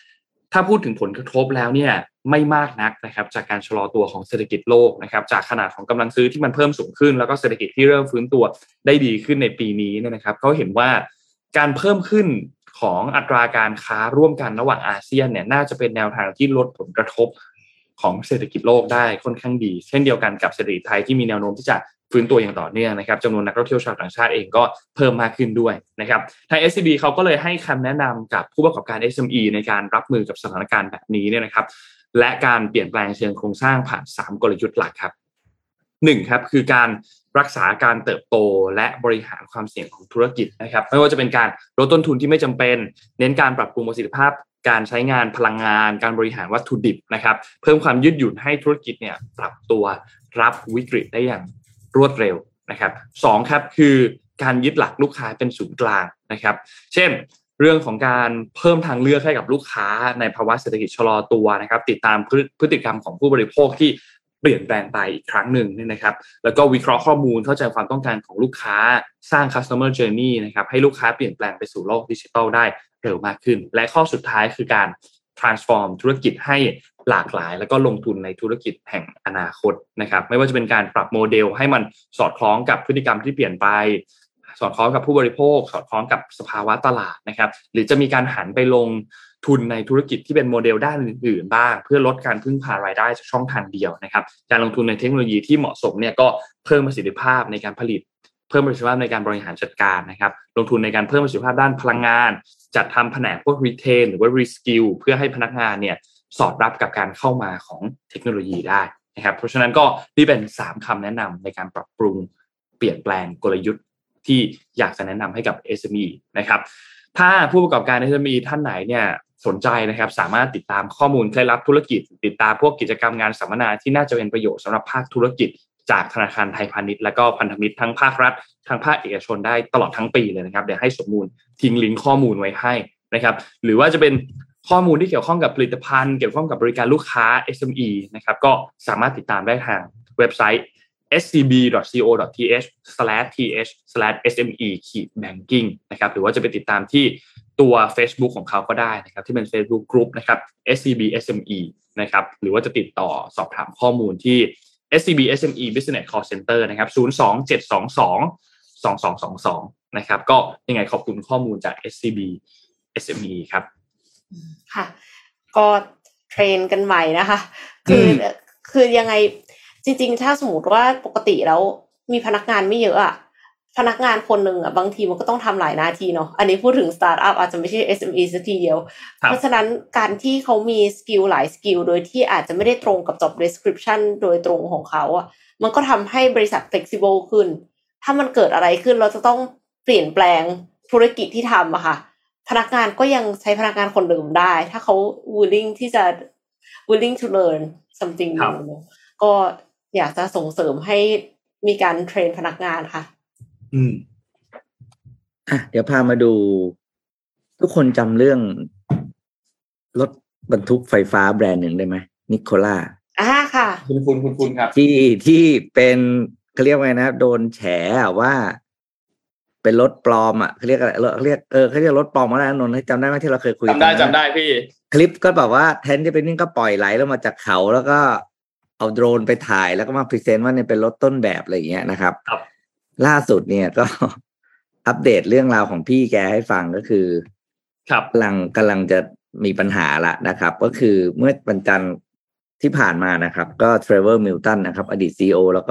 ถ้าพูดถึงผลกระทบแล้วเนี่ยไม่มากนักนะครับจากการชะลอตัวของเศรษฐกิจโลกนะครับจากขนาดของกำลังซื้อที่มันเพิ่มสูงขึ้นแล้วก็เศรษฐกิจที่เริ่มฟื้นตัวได้ดีขึ้นในปีนี้เนี่ยนะครับเขาเห็นว่าการเพิ่มขึ้นของอัตราการค้าร่วมกันระหว่างอาเซียนเนี่ยน่าจะเป็นแนวทางที่ลดผลกระทบของเศรษฐกิจโลกได้ค่อนข้างดีเช่นเดียวกันกับเศรษฐกิจไทยที่มีแนวโน้มที่จะฟื้นตัวอย่างต่อเนื่องนะครับจำนวนนักท่องเที่ยวชาวต่างชาติเองก็เพิ่มมากขึ้นด้วยนะครับทาง เอส ซี บี เขาก็เลยให้คำแนะนำกับผู้ประกอบการ เอส เอ็ม อี ในการรับมือกับสถานการณ์แบบนี้เนี่ยนะครับและการเปลี่ยนแปลงเชิงโครงสร้างผ่านสามกลยุทธ์หลักครับหนึ่งครับคือการรักษาการเติบโตและบริหารความเสี่ยงของธุรกิจนะครับไม่ว่าจะเป็นการลดต้นทุนที่ไม่จำเป็นเน้นการปรับปรุงประสิทธิภาพการใช้งานพลังงานการบริหารวัตถุดิบนะครับเพิ่มความยืดหยุ่นให้ธุรกิจเนี่ยปรับตัวรับวิกฤตได้อย่างรวดเร็วนะครับสองครับคือการยึดหลักลูกค้าเป็นศูนย์กลางนะครับเช่นเรื่องของการเพิ่มทางเลือกให้กับลูกค้าในภาวะเศรษฐกิจชะลอตัวนะครับติดตามพฤติกรรมของผู้บริโภคที่เปลี่ยนแปลงไปอีกครั้งหนึ่งนี่นะครับแล้วก็วิเคราะห์ข้อมูลเข้าใจความต้องการของลูกค้าสร้าง customer journey นะครับให้ลูกค้าเปลี่ยนแปลงไปสู่โลกดิจิทัลได้เร็วมากขึ้นและข้อสุดท้ายคือการ transform ธุรกิจให้หลากหลายแล้วก็ลงทุนในธุรกิจแห่งอนาคตนะครับไม่ว่าจะเป็นการปรับโมเดลให้มันสอดคล้องกับพฤติกรรมที่เปลี่ยนไปสอดคล้องกับผู้บริโภคสอดคล้องกับสภาวะตลาดนะครับหรือจะมีการหันไปลงทุนในธุรกิจที่เป็นโมเดลด้านอื่นๆบ้างเพื่อลดการพึ่งพารายได้จากช่องทางเดียวนะครับการลงทุนในเทคโนโลยีที่เหมาะสมเนี่ยก็เพิ่มประสิทธิภาพในการผลิตเพิ่มประสิทธิภาพในการบริหารจัดการนะครับลงทุนในการเพิ่มประสิทธิภาพด้านพลังงานจัดทำแผนกพวกรีเทนหรือว่ารีสกิลเพื่อให้พนักงานเนี่ยสอดรับกับการเข้ามาของเทคโนโลยีได้นะครับเพราะฉะนั้นก็นี่เป็นสามคำแนะนำในการปรับปรุงเปลี่ยนแปลงกลยุทธ์ที่อยากจะแนะนำให้กับ เอส เอ็ม อี นะครับถ้าผู้ประกอบการ เอส เอ็ม อี ท่านไหนเนี่ยสนใจนะครับสามารถติดตามข้อมูลเคล็ดลับธุรกิจติดตามพวกกิจกรรมงานสัมมนาที่น่าจะเป็นประโยชน์สำหรับภาคธุรกิจจากธนาคารไทยพาณิชย์และก็พันธมิตรทั้งภาครัฐทั้งภาคเอกชนได้ตลอดทั้งปีเลยนะครับเดี๋ยวให้สมมูลทิ้งลิงก์ข้อมูลไว้ให้นะครับหรือว่าจะเป็นข้อมูลที่เกี่ยวข้องกับผลิตภัณฑ์เกี่ยวข้องกับบริการลูกค้า เอส เอ็ม อี นะครับก็สามารถติดตามได้ทางเว็บไซต์ เอส ซี บี ดอท ซี โอ ดอท ที เอช สแลช ที เอช สแลช เอส เอ็ม อี แบงกิ้ง นะครับหรือว่าจะไปติดตามที่ตัว Facebook ของเขาก็ได้นะครับที่เป็น Facebook Group นะครับ เอส ซี บี เอส เอ็ม อี นะครับหรือว่าจะติดต่อสอบถามข้อมูลที่ เอส ซี บี เอส เอ็ม อี Business Call Center นะครับศูนย์ สอง เจ็ด สอง สอง สอง สอง สอง สองนะครับก็ยังไงขอบคุณข้อมูลจาก เอส ซี บี เอส เอ็ม อี ครับค่ะก็เทรนกันใหม่นะคะคือคือยังไงจริงๆถ้าสมมติว่าปกติแล้วมีพนักงานไม่เยอะอ่ะพนักงานคนหนึ่งอ่ะบางทีมันก็ต้องทำหลายหน้าที่เนาะอันนี้พูดถึงสตาร์ทอัพอาจจะไม่ใช่ เอส เอ็ม อี สักทีเดียวเพราะฉะนั้นการที่เขามีสกิลหลายสกิลโดยที่อาจจะไม่ได้ตรงกับ job description โดยตรงของเขาอ่ะมันก็ทำให้บริษัท flexible ขึ้นถ้ามันเกิดอะไรขึ้นเราจะต้องเปลี่ยนแปลงธุรกิจที่ทำอะค่ะพนักงานก็ยังใช้พนักงานคนเดิมได้ถ้าเขา willing ที่จะ willing to learn something new ก็อยากจะส่งเสริมให้มีการเทรนพนักงานค่ะอืมอ่ะเดี๋ยวพามาดูทุกคนจำเรื่องรถบรรทุกไฟฟ้าแบรนด์หนึ่งได้ไหมนิโคล่าอ่าค่ะคุณคุณคุณคุณครับที่ที่เป็นเขาเรียกว่าไงนะโดนแฉว่าเป็นรถปลอมอ่ะเขาเรียกอะไรเขาเรียกเออเขาเรียกรถปลอมอะไรนนท์จำได้ไหมที่เราเคยคุยจำได้จำได้พี่คลิปก็แบบว่าแทนที่เป็นนี่ก็ปล่อยไหลลงมาจากเขาแล้วก็เอาโดรนไปถ่ายแล้วก็มาพรีเซนต์ว่าเนี่ยเป็นรถต้นแบบอะไรอย่างเงี้ยนะครับครับล่าสุดเนี่ยก็อัปเดตเรื่องราวของพี่แกให้ฟังก็คือครับกำลังกำลังจะมีปัญหาละนะครับก็คือเมื่อวันจันทร์ที่ผ่านมานะครับก็เทรเวอร์มิลตันนะครับอดีต ซี อี โอ แล้วก็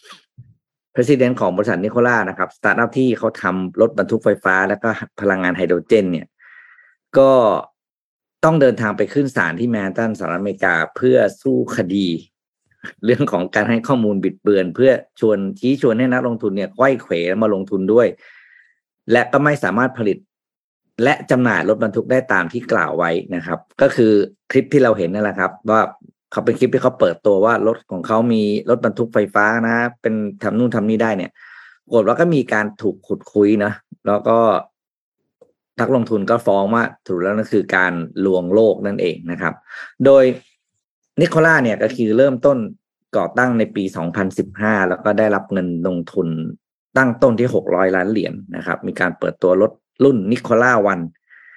President ของบริษัทนิโคล่านะครับสตาร์ทอัพที่เขาทำรถบรรทุกไฟฟ้าแล้วก็พลังงานไฮโดรเจนเนี่ยก็ต้องเดินทางไปขึ้นศาลที่แมนฮัตตันสหรัฐอเมริกาเพื่อสู้คดีเรื่องของการให้ข้อมูลบิดเบือนเพื่อชวนชี้ชวนให้นักลงทุนเนี่ยไขว้เขวแล้วมาลงทุนด้วยและก็ไม่สามารถผลิตและจำหน่ายรถบรรทุกได้ตามที่กล่าวไว้นะครับก็คือคลิปที่เราเห็นนั่นแหละครับว่าเขาเป็นคลิปที่เขาเปิดตัวว่ารถของเขามีรถบรรทุกไฟฟ้านะเป็นทำนู่นทำนี่ได้เนี่ยปรากฏว่าก็มีการถูกขุดคุยนะแล้วก็นักลงทุนก็ฟ้องว่าถูกแล้วนั่นคือการลวงโลกนั่นเองนะครับโดยนิโคล่าเนี่ยก็คือเริ่มต้นก่อตั้งในปีสองพันสิบห้าแล้วก็ได้รับเงินลงทุนตั้งต้นที่หกร้อยล้านเหรียญนะครับมีการเปิดตัวรถรุ่นนิโคล่าวัน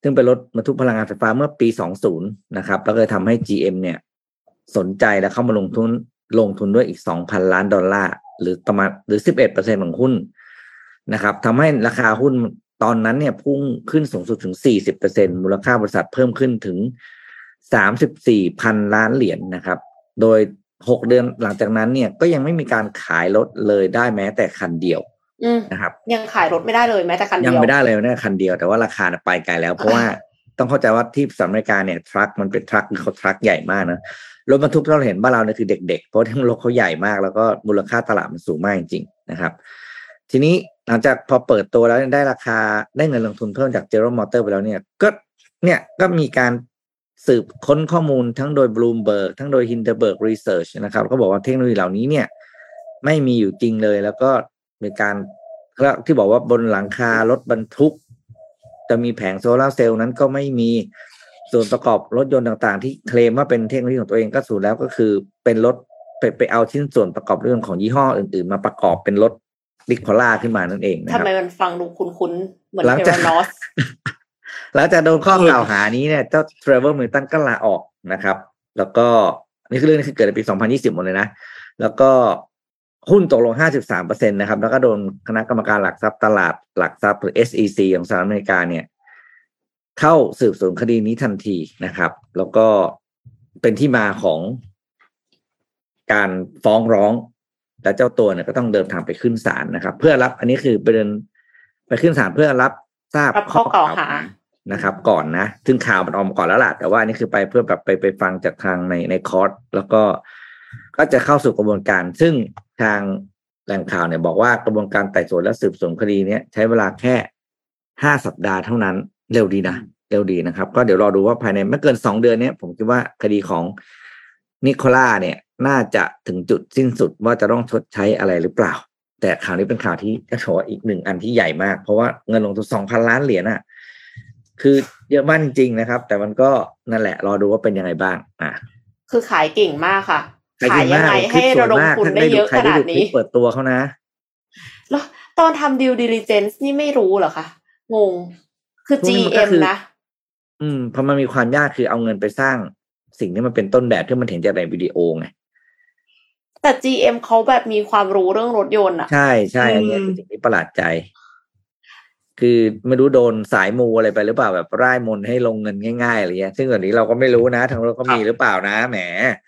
ซึ่งเป็นรถบรรทุกพลังงานไฟฟ้าเมื่อปีสองสิบนะครับแล้วก็ทำให้ จี เอ็ม เนี่ยสนใจและเข้ามาลงทุนลงทุนด้วยอีก สองพัน ล้านดอลลาร์หรือประมาณหรือ สิบเอ็ดเปอร์เซ็นต์ ของหุ้นนะครับทำให้ราคาหุ้นตอนนั้นเนี่ยพุ่งขึ้นสูงสุดถึง สี่สิบเปอร์เซ็นต์ มูลค่าบริษัทเพิ่มขึ้นถึง สามสิบสี่พัน ล้านเหรียญ นะครับโดยหกเดือนหลังจากนั้นเนี่ยก็ยังไม่มีการขายรถเลยได้แม้แต่คันเดียวนะครับยังขายรถไม่ได้เลยแม้แต่คันเดียวยังไม่ได้เลยแม้แต่คันเดียวแต่ว่าราคาไปไกลแล้วเพราะว่าต้องเข้าใจว่าที่สหรัฐอเมริกาเนี่ยทรัคมันเป็นทรัคเขาทรัคใหญ่มากนะรถบรรทุกที่เราเห็นบ้านเราเนี่ยคือเด็กๆเพราะที่รถเขาใหญ่มากแล้วก็มูลค่าตลาดมันสูงมากจริงๆนะครับทีนี้หลังจากพอเปิดตัวแล้วได้ราคาได้เงินลงทุนเพิ่มจาก General Motors ไปแล้วเนี่ยก็เนี่ยก็มีการสืบค้นข้อมูลทั้งโดย Bloomberg ทั้งโดย Hindenburg Research นะครับก็บอกว่าเทคโนโลยีเหล่านี้เนี่ยไม่มีอยู่จริงเลยแล้วก็มีการที่บอกว่าบนหลังคารถบรรทุกจะมีแผงโซลาร์เซลล์นั้นก็ไม่มีส่วนประกอบรถยนต์ต่างๆที่เคลมว่าเป็นเทคโนโลยีของตัวเองก็สูญแล้วก็คือเป็นรถไปไปเอาชิ้นส่วนประกอบเรื่องของยี่ห้ออื่นๆมาประกอบเป็นรถดิคอล่าขึ้นมานั่นเองนะครับทำไมมันฟังดูคุ้นๆเหมือนเทรานอสหลังจากโดนข้อกล่าวหานี้เนี่ยเจ้าเทรเวอร์มิลตันก็ลาออกนะครับแล้วก็นี่คือเรื่องที่เกิดในปีสองพันยี่สิบหมดเลยนะแล้วก็หุ้นตกลง ห้าสิบสามเปอร์เซ็นต์ นะครับแล้วก็โดนคณะกรรมการหลักทรัพย์ตลาดหลักทรัพย์หรือ เอส อี ซี ของสหรัฐอเมริกาเนี่ยเข้าสืบสวนคดีนี้ทันทีนะครับแล้วก็เป็นที่มาของการฟ้องร้องและเจ้าตัวเนี่ยก็ต้องเดินทางไปขึ้นศาลนะครับเพื่อรับอันนี้คือไปเดินไปขึ้นศาลเพื่อรับทราบข้อกล่าวหานะครับก่อนนะซึ่งข่าวมันออกมาก่อนแล้วล่ะแต่ว่าอันนี้คือไปเพื่อแบบไปไปฟังจากทางในในคอร์สแล้วก็ก็จะเข้าสู่กระบวนการซึ่งทางแหล่งข่าวเนี่ยบอกว่ากระบวนการไต่สวนและสืบสวนคดีนี้ใช้เวลาแค่ห้าสัปดาห์เท่านั้นเร็วดีนะเร็วดีนะครับก็เดี๋ยวรอดูว่าภายในไม่เกินสองเดือนนี้ผมคิดว่าคดีของนิโคล่าเนี่ยน่าจะถึงจุดสิ้นสุดว่าจะต้องชดใช้อะไรหรือเปล่าแต่ข่าวนี้เป็นข่าวที่ก็ถือว่าอีกหนึ่งอันที่ใหญ่มากเพราะว่าเงินลงทุน สองพัน ล้านเหรียญน่ะคือเยอะมากจริงๆนะครับแต่มันก็นั่นแหละรอดูว่าเป็นยังไงบ้างอ่ะคือขายเก่งมากค่ะขายยังไงให้ระดมทุนได้เยอะขนาดนี้เปิดตัวเขานะแล้วตอนทำ due diligence นี่ไม่รู้เหรอคะงงคือ จี เอ็ม นะอืมเพราะมันมีความยากคือเอาเงินไปสร้างสิ่งที่มันเป็นต้นแบบที่มันเห็นจากในวิดีโอไงแต่ จี เอ็ม เขาแบบมีความรู้เรื่องรถยนต์อ่ะใช่ใช่อันนี้คือสิ่งที่ประหลาดใจคือไม่รู้โดนสายมูอะไรไปหรือเปล่าแบบร่ายมนต์ให้ลงเงินง่ายๆอะไรเงี้ยซึ่งตอนนี้เราก็ไม่รู้นะทางเราก็มีหรือเปล่านะแหม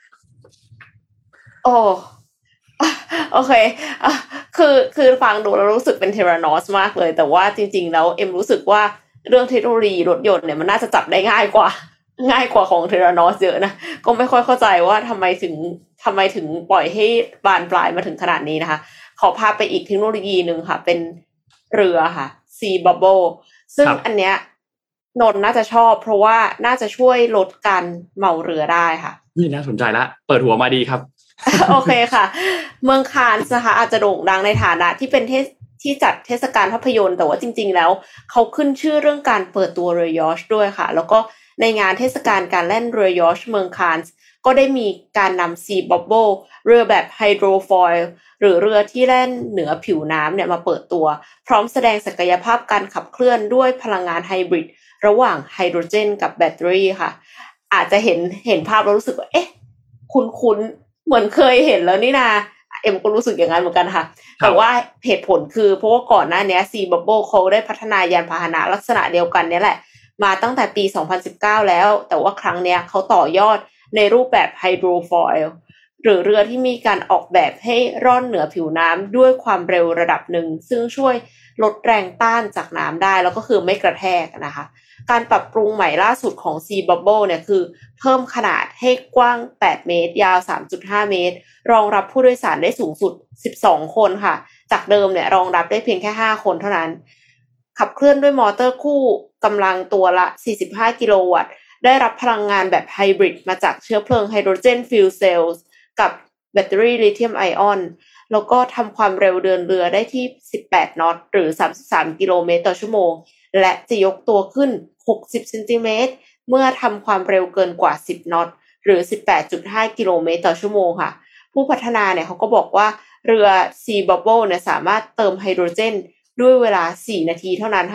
โอ้โอเคอ่ะคือคือฟังดูแล้วรู้สึกเป็นเทรานอสมากเลยแต่ว่าจริงๆแล้วเอ็มรู้สึกว่าเรื่องเทคโนโลยีรถยนต์เนี่ยมันน่าจะจับได้ง่ายกว่าง่ายกว่าของเทรานอสเยอะนะก็ไม่ค่อยเข้าใจว่าทำไมถึงทำไมถึงปล่อยให้บานปลายมาถึงขนาดนี้นะคะขอพาไปอีกเทคโนโลยีนึงค่ะเป็นเรือค่ะ Sea Bubble ซึ่งอันเนี้ยนนน่าจะชอบเพราะว่าน่าจะช่วยลดการเมาเรือได้ค่ะนี่น่าสนใจละเปิดหัวมาดีครับโอเคค่ะเมืองคานส์นะคะอาจจะโด่งดังในฐานะที่เป็นเทศที่จัดเทศกาลภาพยนตร์แต่ว่าจริงๆแล้วเขาขึ้นชื่อเรื่องการเปิดตัวเรือยอชท์ด้วยค่ะแล้วก็ในงานเทศกาลการเล่นเรือยอชท์เมืองคานส์ก็ได้มีการนำ Sea Bubble เรือแบบไฮโดรฟอยล์หรือเรือที่แล่นเหนือผิวน้ำเนี่ยมาเปิดตัวพร้อมแสดงศักยภาพการขับเคลื่อนด้วยพลังงานไฮบริดระหว่างไฮโดรเจนกับแบตเตอรี่ค่ะอาจจะเห็นเห็นภาพแล้วรู้สึกว่าเอ๊ะคุ้นๆเหมือนเคยเห็นแล้วนี่นาเอ็มก็รู้สึกอย่างนั้นเหมือนกันค่ะแต่ว่าเหตุผลคือเพราะว่าก่อนหน้านี้ Sea Bubble เขาได้พัฒนายานพาหนะลักษณะเดียวกันนี่แหละมาตั้งแต่ปีสองพันสิบเก้าแล้วแต่ว่าครั้งเนี้ยเขาต่อยอดในรูปแบบไฮโดรฟอยล์หรือเรือที่มีการออกแบบให้ร่อนเหนือผิวน้ำด้วยความเร็วระดับหนึ่งซึ่งช่วยลดแรงต้านจากน้ำได้แล้วก็คือไม่กระแทกนะคะการปรับปรุงใหม่ล่าสุดของ Sea Bubble เนี่ยคือเพิ่มขนาดให้กว้างแปดเมตรยาว สามจุดห้า เมตรรองรับผู้โดยสารได้สูงสุดสิบสองคนค่ะจากเดิมเนี่ยรองรับได้เพียงแค่ห้าคนเท่านั้นขับเคลื่อนด้วยมอเตอร์คู่กำลังตัวละสี่สิบห้ากิโลวัตต์ได้รับพลังงานแบบไฮบริดมาจากเชื้อเพลิงไฮโดรเจนฟิวเซลส์กับแบตเตอรี่ลิเธียมไอออนแล้วก็ทำความเร็วเดินเรือได้ที่สิบแปดนอตหรือสามสิบสามกิโลเมตรต่อชั่วโมงและจะยกตัวขึ้นหกสิบเซนติเมตรเมื่อทำความเร็วเกินกว่าสิบนอตหรือ สิบแปดจุดห้า กิโลเมตรต่อชั่วโมงค่ะผู้พัฒนาเนี่ยเขาก็บอกว่าเรือ Sea Bubble เนี่ยสามารถเติมไฮโดรเจนด้วยเวลาสี่นาทีเท่านั้นค่ะ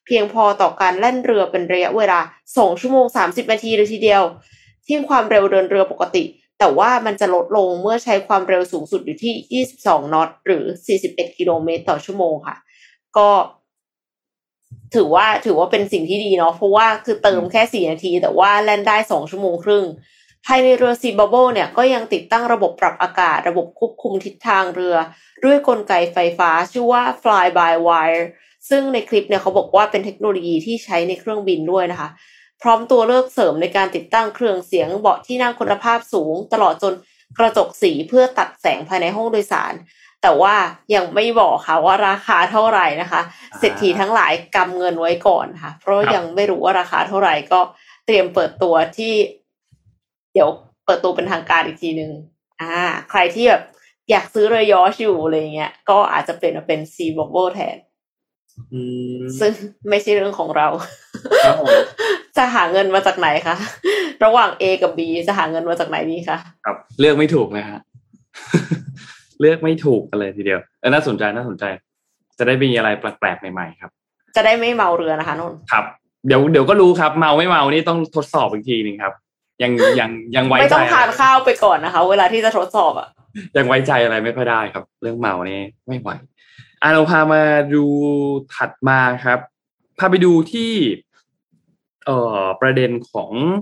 เพียงพอต่อการแล่นเรือเป็นระยะเวลาสองชั่วโมงสามสิบนาทีเลยทีเดียวที่ความเร็วเดินเรือปกติแต่ว่ามันจะลดลงเมื่อใช้ความเร็วสูงสุดอยู่ที่ยี่สิบสองนอตหรือสี่สิบเอ็ดกิโลเมตรต่อชั่วโมงค่ะก็ถือว่าถือว่าเป็นสิ่งที่ดีเนาะเพราะว่าคือเติมแค่สี่นาทีแต่ว่าแล่นได้สองชั่วโมงครึ่งภายในเรือ Sea Bubble เนี่ยก็ยังติดตั้งระบบปรับอากาศระบบควบคุมทิศทางเรือด้วยกลไกไฟฟ้าชื่อว่า Fly by Wire ซึ่งในคลิปเนี่ยเขาบอกว่าเป็นเทคโนโลยีที่ใช้ในเครื่องบินด้วยนะคะพร้อมตัวเลือกเสริมในการติดตั้งเครื่องเสียงเบาะที่นั่งคุณภาพสูงตลอดจนกระจกสีเพื่อตัดแสงภายในห้องโดยสารแต่ว่ายังไม่บอกค่ะว่าราคาเท่าไหร่นะคะเศรษฐีทั้งหลายกำเงินไว้ก่อนค่ะเพราะยังไม่รู้ว่าราคาเท่าไหร่ก็เตรียมเปิดตัวที่เดี๋ยวเปิดตัวเป็นทางการอีกทีนึงอ่าใครที่แบบอยากซื้อเรือยอชต์อยู่อะไรเงี้ยก็อาจจะเปลี่ยนมาเป็น Sea Bubble แทนซึ่งไม่ใช่เรื่องของเราจะหาเงินมาจากไหนคะระหว่าง A กับ B จะหาเงินมาจากไหนดีคะครับเลือกไม่ถูกนะฮะ เลือกไม่ถูกกันเลยทีเดียวเออน่าสนใจน่าสนใจจะได้มีอะไรแปลกๆใหม่ๆครับจะได้ไม่เมาเรือนะคะนนท์ครับเดี๋ยวเดี๋ยวก็รู้ครับเมาไม่เมานี่ต้องทดสอบอีกทีนึงครับยังยังยังไว้ใจไม่ต้องทานข้าวไปก่อนนะคะเวลาที่จะทดสอบอ่ะยังไว้ใจอะไรไม่ค่อยได้ครับเรื่องเมานี่ไม่ไหวอ่ะเราพามาดูถัดมาครับพาไปดูที่เอ่อประเด็นของ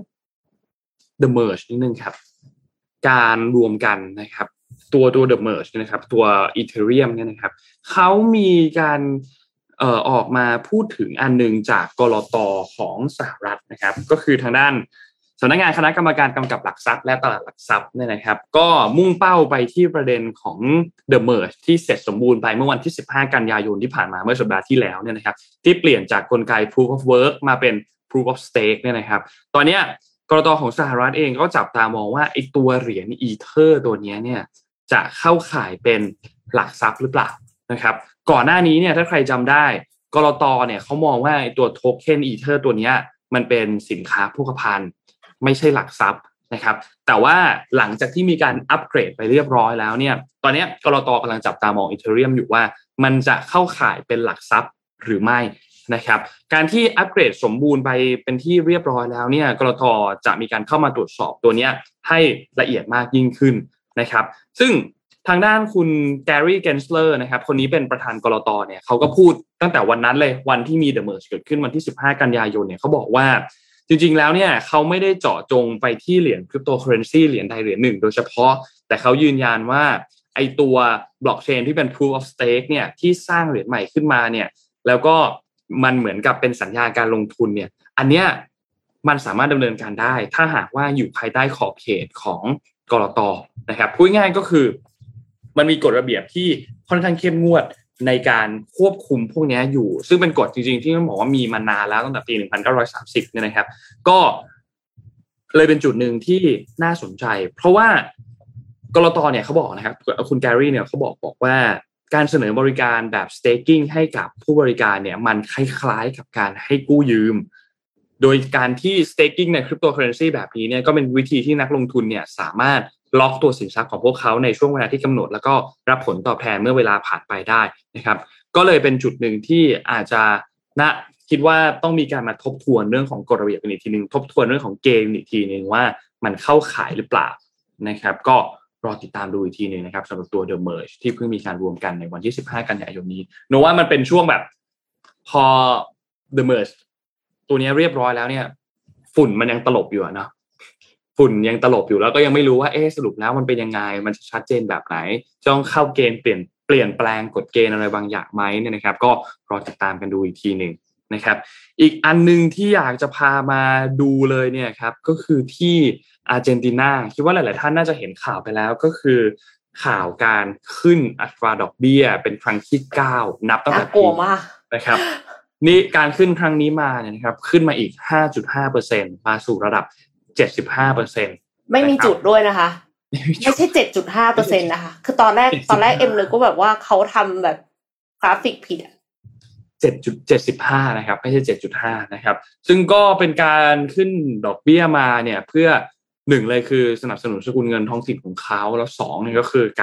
The Merge นิดนึงครับการรวมกันนะครับตัวตัว The Merge นะครับตัว Ethereum เนี่ยนะครับเขามีการเอ่อออกมาพูดถึงอันนึงจากกลต.ของสหรัฐนะครับก็คือทางด้านสำนักงานคณะกรรมการกำกับหลักทรัพย์และตลาดหลักทรัพย์เนี่ยนะครับก็มุ่งเป้าไปที่ประเด็นของ The Merge ที่เสร็จสมบูรณ์ไปเมื่อวันที่สิบห้ากันยายนที่ผ่านมาเมื่อสัปดาห์ที่แล้วเนี่ยนะครับที่เปลี่ยนจากกลไก Proof of Work มาเป็น Proof of Stake เนี่ยนะครับตอนเนี้ยกลต.ของสหรัฐเองก็จับตามองว่าไอ้ตัวเหรียญ Ether ตัวนี้เนี่ยจะเข้าข่ายเป็นหลักทรัพย์หรือเปล่านะครับก่อนหน้านี้เนี่ยถ้าใครจำได้กลต.เนี่ยเขามองว่าไอ้ตัวโทเค็น Ether ตัวนี้มันเป็นสินค้าโภคภัณฑ์ไม่ใช่หลักทรัพย์นะครับแต่ว่าหลังจากที่มีการอัปเกรดไปเรียบร้อยแล้วเนี่ยตอนนี้กลต.กำลังจับตามอง Ethereum อยู่ว่ามันจะเข้าข่ายเป็นหลักทรัพย์หรือไม่นะครับการที่อัปเกรดสมบูรณ์ไปเป็นที่เรียบร้อยแล้วเนี่ยกลต.จะมีการเข้ามาตรวจสอบตัวนี้ให้ละเอียดมากยิ่งขึ้นนะครับซึ่งทางด้านคุณแกรี่เกนสเลอร์นะครับคนนี้เป็นประธานกลต.เนี่ยเขาก็พูดตั้งแต่วันนั้นเลยวันที่มี The Merge เกิดขึ้นวันที่สิบห้ากันยายนเนี่ยเขาบอกว่าจริงๆแล้วเนี่ยเขาไม่ได้เจาะจงไปที่เหรียญคริปโตเคอเรนซีเหรียญใดเหรียญหนึ่งโดยเฉพาะแต่เขายืนยันว่าไอตัวบล็อกเชนที่เป็น Proof of Stake เนี่ยที่สร้างเหรียญใหม่ขึ้นมาเนี่ยแล้วก็มันเหมือนกับเป็นสัญญาการลงทุนเนี่ยอันเนี้ยมันสามารถดำเนินการได้ถ้าหากว่าอยู่ภายใต้ขอบเขตของกลต.นะครับพูดง่ายๆก็คือมันมีกฎระเบียบที่ค่อนข้างเข้มงวดในการควบคุมพวกนี้อยู่ซึ่งเป็นกฎจริงๆที่ต้องบอกว่ามีมานานแล้วตั้งแต่ปีหนึ่งพันเก้าร้อยสามสิบเนี่ยนะครับก็เลยเป็นจุดหนึ่งที่น่าสนใจเพราะว่ากลต.เนี่ยเขาบอกนะครับคุณแกรี่เนี่ยเขาบอกบอกว่าการเสนอบริการแบบ staking ให้กับผู้บริการเนี่ยมันคล้ายๆกับการให้กู้ยืมโดยการที่ staking ใน cryptocurrency แบบนี้เนี่ยก็เป็นวิธีที่นักลงทุนเนี่ยสามารถล็อกตัวสินทรัพย์ของพวกเขาในช่วงเวลาที่กำหนดแล้วก็รับผลตอบแทนเมื่อเวลาผ่านไปได้นะครับก็เลยเป็นจุดหนึ่งที่อาจจะนะคิดว่าต้องมีการมาทบทวนเรื่องของกฎระเบียบกันอีกทีนึงทบทวนเรื่องของเกณฑ์อีกทีนึงว่ามันเข้าข่ายหรือเปล่านะครับก็รอติดตามดูอีกทีนึงนะครับสำหรับตัว The Merge ที่เพิ่งมีการรวมกันในวันที่สิบห้ากันยายนนี้โนว่ามันเป็นช่วงแบบพอ The Merge ตัวนี้เรียบร้อยแล้วเนี่ยฝุ่นมันยังตลบอยู่เนาะฝุ่นยังตลบอยู่แล้วก็ยังไม่รู้ว่าเอ๊ะสรุปแล้วมันเป็นยังไงมันจะชัดเจนแบบไหนจะต้องเข้าเกณฑ์เปลี่ยนเปลี่ยนแปลงกฎเกณฑ์อะไรบางอย่างไหมเนี่ยนะครับก็รอติดตามกันดูอีกทีนึงนะครับอีกอันนึงที่อยากจะพามาดูเลยเนี่ยครับก็คือที่อาร์เจนตินาคิดว่าหลายๆท่านน่าจะเห็นข่าวไปแล้วก็คือข่าวการขึ้นอัตราดอกเบี้ยเป็นครั้งที่เก้านับตั้งแต่ปีนะครับนี่การขึ้นครั้งนี้มาเนี่ยนะครับขึ้นมาอีก ห้าจุดห้าเปอร์เซ็นต์ มาสู่ระดับ เจ็ดสิบห้าเปอร์เซ็นต์ไม่มีจุดด้วยนะคะไม่ใช่ เจ็ดจุดห้าเปอร์เซ็นต์ นะคะคือตอนแรกตอนแรกเอ็มเลยก็แบบว่าเขาทำแบบกราฟิกผิดอ่ะเจ็ดจุดเจ็ดห้า นะครับไม่ใช่ เจ็ดจุดห้า นะครับซึ่งก็เป็นการขึ้นดอกเบี้ยมาเนี่ยเพื่อหนึ่งเลยคือสนับสนุนสกุลเงินท้องถิ่นของเขาแล้วสองนี่ก็คือการ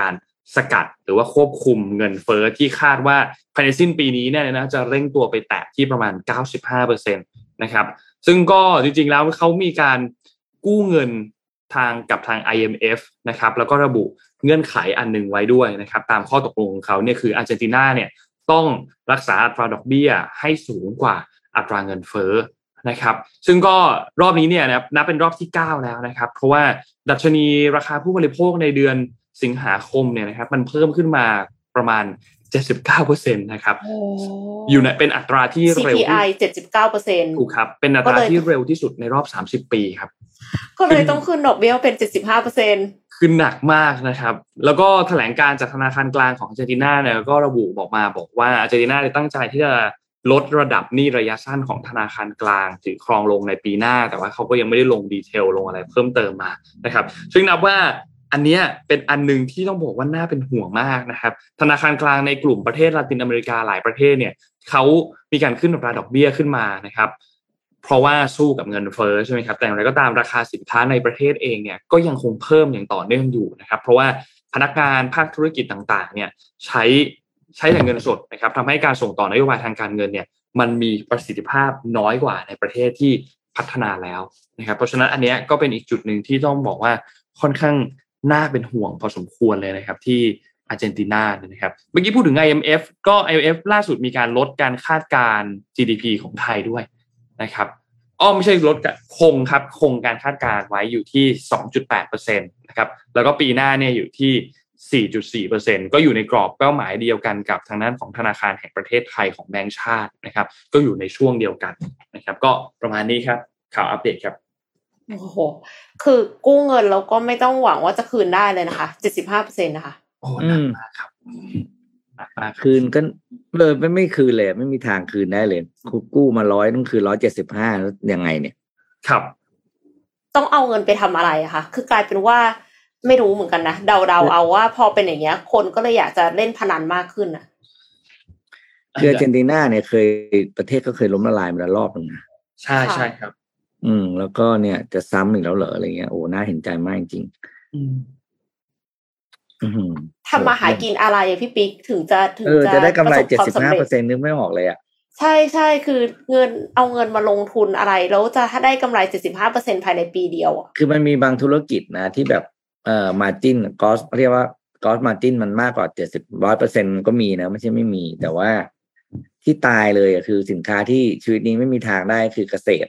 สกัดหรือว่าควบคุมเงินเฟ้อที่คาดว่าภายในสิ้นปีนี้เนี่ยนะจะเร่งตัวไปแตะที่ประมาณ เก้าสิบห้าเปอร์เซ็นต์ นะครับซึ่งก็จริงๆแล้วเขามีการกู้เงินทางกับทาง ไอ เอ็ม เอฟ นะครับแล้วก็ระบุเงื่อนไขอันนึงไว้ด้วยนะครับตามข้อตกลงของเขาเนี่ยคืออาร์เจนตินาเนี่ยต้องรักษาอัตราดอกเบี้ยให้สูงกว่าอัตราเงินเฟ้อนะครับซึ่งก็รอบนี้เนี่ยนะนับเป็นรอบที่เก้าแล้วนะครับเพราะว่าดัชนีราคาผู้บริโภคในเดือนสิงหาคมเนี่ยนะครับมันเพิ่มขึ้นมาประมาณ เจ็ดสิบเก้าเปอร์เซ็นต์ นะครับอยู่ในเป็นอัตราที่เร็วซี พี ไอ เจ็ดสิบเก้าเปอร์เซ็นต์ถูกครับเป็นอัตราที่เร็วที่สุดในรอบสามสิบปีครับก็เลยต้องขึ้นดอกเบี้ยเป็น เจ็ดสิบห้าเปอร์เซ็นต์ขึ้นหนักมากนะครับแล้วก็แถลงการจากธนาคารกลางของอาร์เจนตินาเนี่ยก็ระบุบอกมาบอกว่าอาร์เจนตินาได้ตั้งใจที่จะลดระดับหนี้ระยะสั้นของธนาคารกลางถือครองลงในปีหน้าแต่ว่าเขาก็ยังไม่ได้ลงดีเทลลงอะไรเพิ่มเติมมานะครับซึ่งนับว่าอันเนี้ยเป็นอันนึงที่ต้องบอกว่าน่าเป็นห่วงมากนะครับธนาคารกลางในกลุ่มประเทศลาตินอเมริกาหลายประเทศเนี่ยเขามีการขึ้นอัตราดอกเบี้ยขึ้นมานะครับเพราะว่าสู้กับเงินเฟ้อใช่ไหมครับแต่อย่างไรก็ตามราคาสินค้าในประเทศเองเนี่ยก็ยังคงเพิ่มอย่างต่อเนื่องอยู่นะครับเพราะว่าพนักงานภาคธุรกิจต่างๆเนี่ยใช้ใช้แต่เงินสดนะครับทำให้การส่งต่อนโยบายทางการเงินเนี่ยมันมีประสิทธิภาพน้อยกว่าในประเทศที่พัฒนาแล้วนะครับเพราะฉะนั้นอันเนี้ยก็เป็นอีกจุดหนึ่งที่ต้องบอกว่าค่อนข้างน่าเป็นห่วงพอสมควรเลยนะครับที่อาร์เจนตินานะครับเมื่อกี้พูดถึง ไอ เอ็ม เอฟ ก็ ไอ เอ็ม เอฟ ล่าสุดมีการลดการคาดการณ์ จี ดี พี ของไทยด้วยนะครับอ้อไม่ใช่ลดคงครับคงการคาดการณ์ไว้อยู่ที่ สองจุดแปดเปอร์เซ็นต์ นะครับแล้วก็ปีหน้าเนี่ยอยู่ที่ สี่จุดสี่เปอร์เซ็นต์ ก็อยู่ในกรอบเป้าหมายเดียวกันกับทางด้านของธนาคารแห่งประเทศไทยของแบงก์ชาตินะครับก็อยู่ในช่วงเดียวกันนะครับก็ประมาณนี้ครับข่าวอัปเดตครับโอ้โหคือกู้เงินแล้วก็ไม่ต้องหวังว่าจะคืนได้เลยนะคะ เจ็ดสิบห้าเปอร์เซ็นต์ นะคะโอ้หนักมากครับหนักมากคืนก็เลยไม่ไม่คืนเลยไม่มีทางคืนได้เลยกู้มาร้อยต้องคืนหนึ่งร้อยเจ็ดสิบห้าแล้วยังไงเนี่ยครับต้องเอาเงินไปทำอะไรอะคะคือกลายเป็นว่าไม่รู้เหมือนกันนะเดาๆเอาว่าพอเป็นอย่างเงี้ยคนก็เลยอยากจะเล่นพนันมากขึ้นนะคืออาร์เจนตินาเนี่ยเคยประเทศก็เคยล้มละลายมาแล้วรอบนึงนะใช่ใช่ครับอืมแล้วก็เนี่ยจะซ้ำอีกแล้วเหรออะไรเงี้ยโอ้น่าเห็นใจมากจริงอืมอืมทำมาหากินอะไรพี่ปิ๊กถึงจะถึงจะจะได้กำไร เจ็ดสิบห้าเปอร์เซ็นต์ นึกไม่ออกเลยอ่ะใช่ๆคือเงินเอาเงินมาลงทุนอะไรแล้วจะถ้าได้กำไร เจ็ดสิบห้าเปอร์เซ็นต์ ภายในปีเดียวอ่ะคือมันมีบางธุรกิจนะที่แบบเอ่อ margin cost เรียกว่า cost margin มันมากกว่าเจ็ดสิบ หนึ่งร้อยเปอร์เซ็นต์ ก็มีนะไม่ใช่ไม่มีแต่ว่าที่ตายเลยอ่ะคือสินค้าที่ชีวิตนี้ไม่มีทางได้คือเกษตร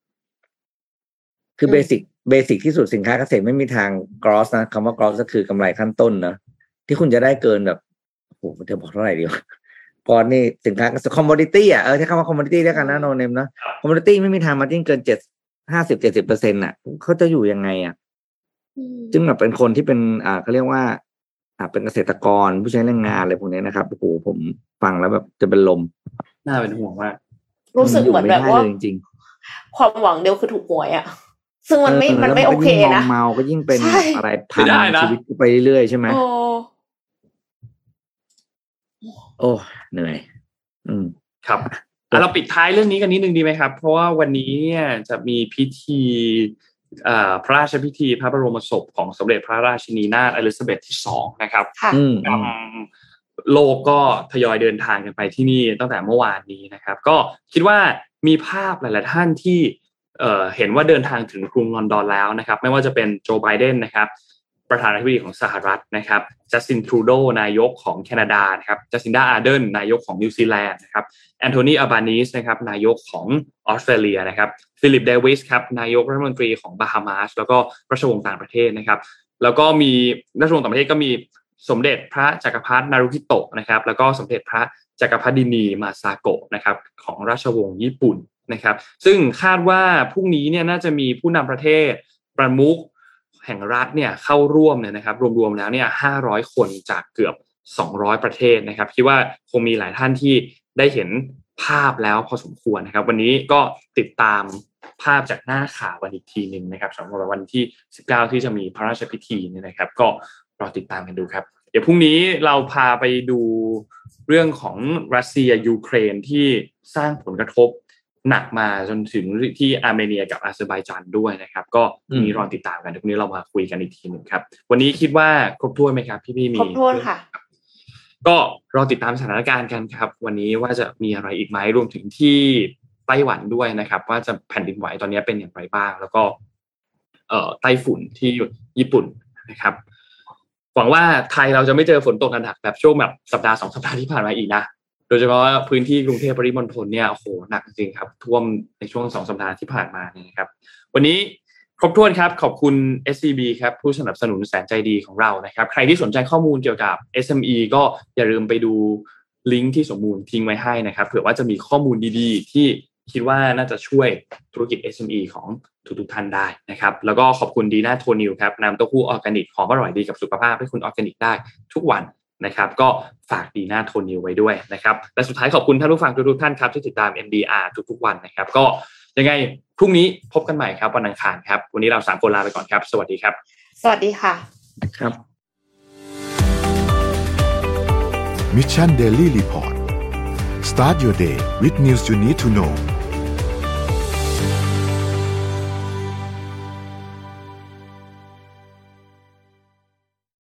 คือเบสิกเบสิกที่สุดสินค้าเกษตรไม่มีทาง gross นะคำว่า gross ก็คือกำไรขั้นต้นนะที่คุณจะได้เกินแบบโอ้โหจะบอกเท่าไหร่ดีวะก่อนนี่สินค้า commodity อ่ะเออใช้คำว่า commodity ด้วยกันนะโนเนมนะ commodity ไม่มีทาง margin เกินเจ็ด ห้าสิบ เจ็ดสิบเปอร์เซ็นต์ น่ะเขาจะอยู่ยังไงอ่ะจึงแบบเป็นคนที่เป็นอ่าเขาเรียกว่าอ่าเป็นเกษตรกรผู้ใช้แรงงานอะไรพวกนี้นะครับโอ้โหผมฟังแล้วแบบจะเป็นลมน่าเป็นห่วงมากรู้สึกเหมือนแบบว่าจริงๆความหวังเดียวคือถูกหวยอ่ะซึ่งมันไม่มันไม่โอเคนะเมาก็ยิ่งเป็นอะไรพันชีวิตไปเรื่อยๆใช่ไหมโอ้เหนื่อยอืมครับเราปิดท้ายเรื่องนี้กันนิดนึงดีไหมครับเพราะว่าวันนี้เนี่ยจะมีพิธีพระราชพิธีพระบรมศพของสมเด็จพระราชินีนาถอลิซาเบธที่สองนะครับโลกก็ทยอยเดินทางกันไปที่นี่ตั้งแต่เมื่อวานนี้นะครับก็คิดว่ามีภาพหลายๆท่านที่เอ่อเห็นว่าเดินทางถึงกรุงลอนดอนแล้วนะครับไม่ว่าจะเป็นโจไบเดนนะครับประธานาธิบดีของสหรัฐนะครับจัสตินทรูโดนายกของแคนาดานะครับจัสตินดาอาร์เดนนายกของนิวซีแลนด์นะครับแอนโทนีอัลบานีสนะครับนายกของออสเตรเลียนะครับฟิลิปเดวิสครับนายกรัฐมนตรีของบาฮามาสแล้วก็ราชวงศ์ต่างประเทศนะครับแล้วก็มีราชวงศ์ต่างประเทศก็มีสมเด็จพระจักรพรรดินารุฮิโตะนะครับแล้วก็สมเด็จพระจักรพรรดินีมาซาโกะนะครับของราชวงศ์ญี่ปุ่นนะครับซึ่งคาดว่าพรุ่งนี้เนี่ยน่าจะมีผู้นำประเทศประมุขแห่งรัฐเนี่ยเข้าร่วมเนี่ยนะครับรวมๆแล้วเนี่ยห้าร้อยคนจากเกือบสองร้อยประเทศนะครับคิดว่าคงมีหลายท่านที่ได้เห็นภาพแล้วพอสมควรนะครับวันนี้ก็ติดตามภาพจากหน้าข่าววันอีกทีนึงนะครับสำหรับวันที่สิบเก้าที่จะมีพระราชพิธีเนี่ยนะครับก็รอติดตามกันดูครับเดี๋ยวพรุ่งนี้เราพาไปดูเรื่องของรัสเซียยูเครนที่สร้างผลกระทบหนักมาจนถึงที่อาร์เมเนียกับอาเซอร์ไบจานด้วยนะครับก็มีรอติดตามกันทีนี้เรามาคุยกันอีกทีหนึ่งครับวันนี้คิดว่าครบถ้วนไหมครับพี่ๆมีครบถ้วนค่ะก็รอติดตามสถานการณ์กันครับวันนี้ว่าจะมีอะไรอีกไหมรวมถึงที่ไต้หวันด้วยนะครับว่าจะแผ่นดินไหวตอนนี้เป็นอย่างไรบ้างแล้วก็เอ่อไต้ฝุ่นที่ญี่ปุ่นนะครับหวังว่าไทยเราจะไม่เจอฝนตกหนักแบบช่วงแบบสัปดาห์สองสัปดาห์ที่ผ่านมาอีกนะโดยเฉพาะพื้นที่กรุงเทพปริมณฑลเนี่ยโอ้โหหนักจริงครับท่วมในช่วงสองสัปดาห์ที่ผ่านมาเนี่ยนะครับวันนี้ครบถ้วนครับขอบคุณ เอส ซี บี ครับผู้สนับสนุนแสนใจดีของเรานะครับใครที่สนใจข้อมูลเกี่ยวกับ เอส เอ็ม อี ก็อย่าลืมไปดูลิงก์ที่สมมูลทิ้งไว้ให้นะครับเผื่อว่าจะมีข้อมูลดีๆที่คิดว่าน่าจะช่วยธุรกิจ เอส เอ็ม อี ของทุกๆท่านได้นะครับแล้วก็ขอบคุณดีน่าโทนิวครับน้ำเต้าหู้ออร์แกนิกหอมอร่อยดีกับสุขภาพให้คุณออร์แกนิกได้ทุกวันนะครับก็ฝากดีน่าโทนิวไว้ด้วยนะครับและสุดท้ายขอบคุณท่านผู้ฟังทุกๆท่านครับที่ติดตาม เอ็ม ดี อาร์ ทุกๆวันนะครับก็ยังไงพรุ่งนี้พบกันใหม่ครับวันอังคารครับวันนี้เราสามคนลาไปก่อนครับสวัสดีครับสวัสดีค่ะครับ Mission Daily Report Start your day with news you need to know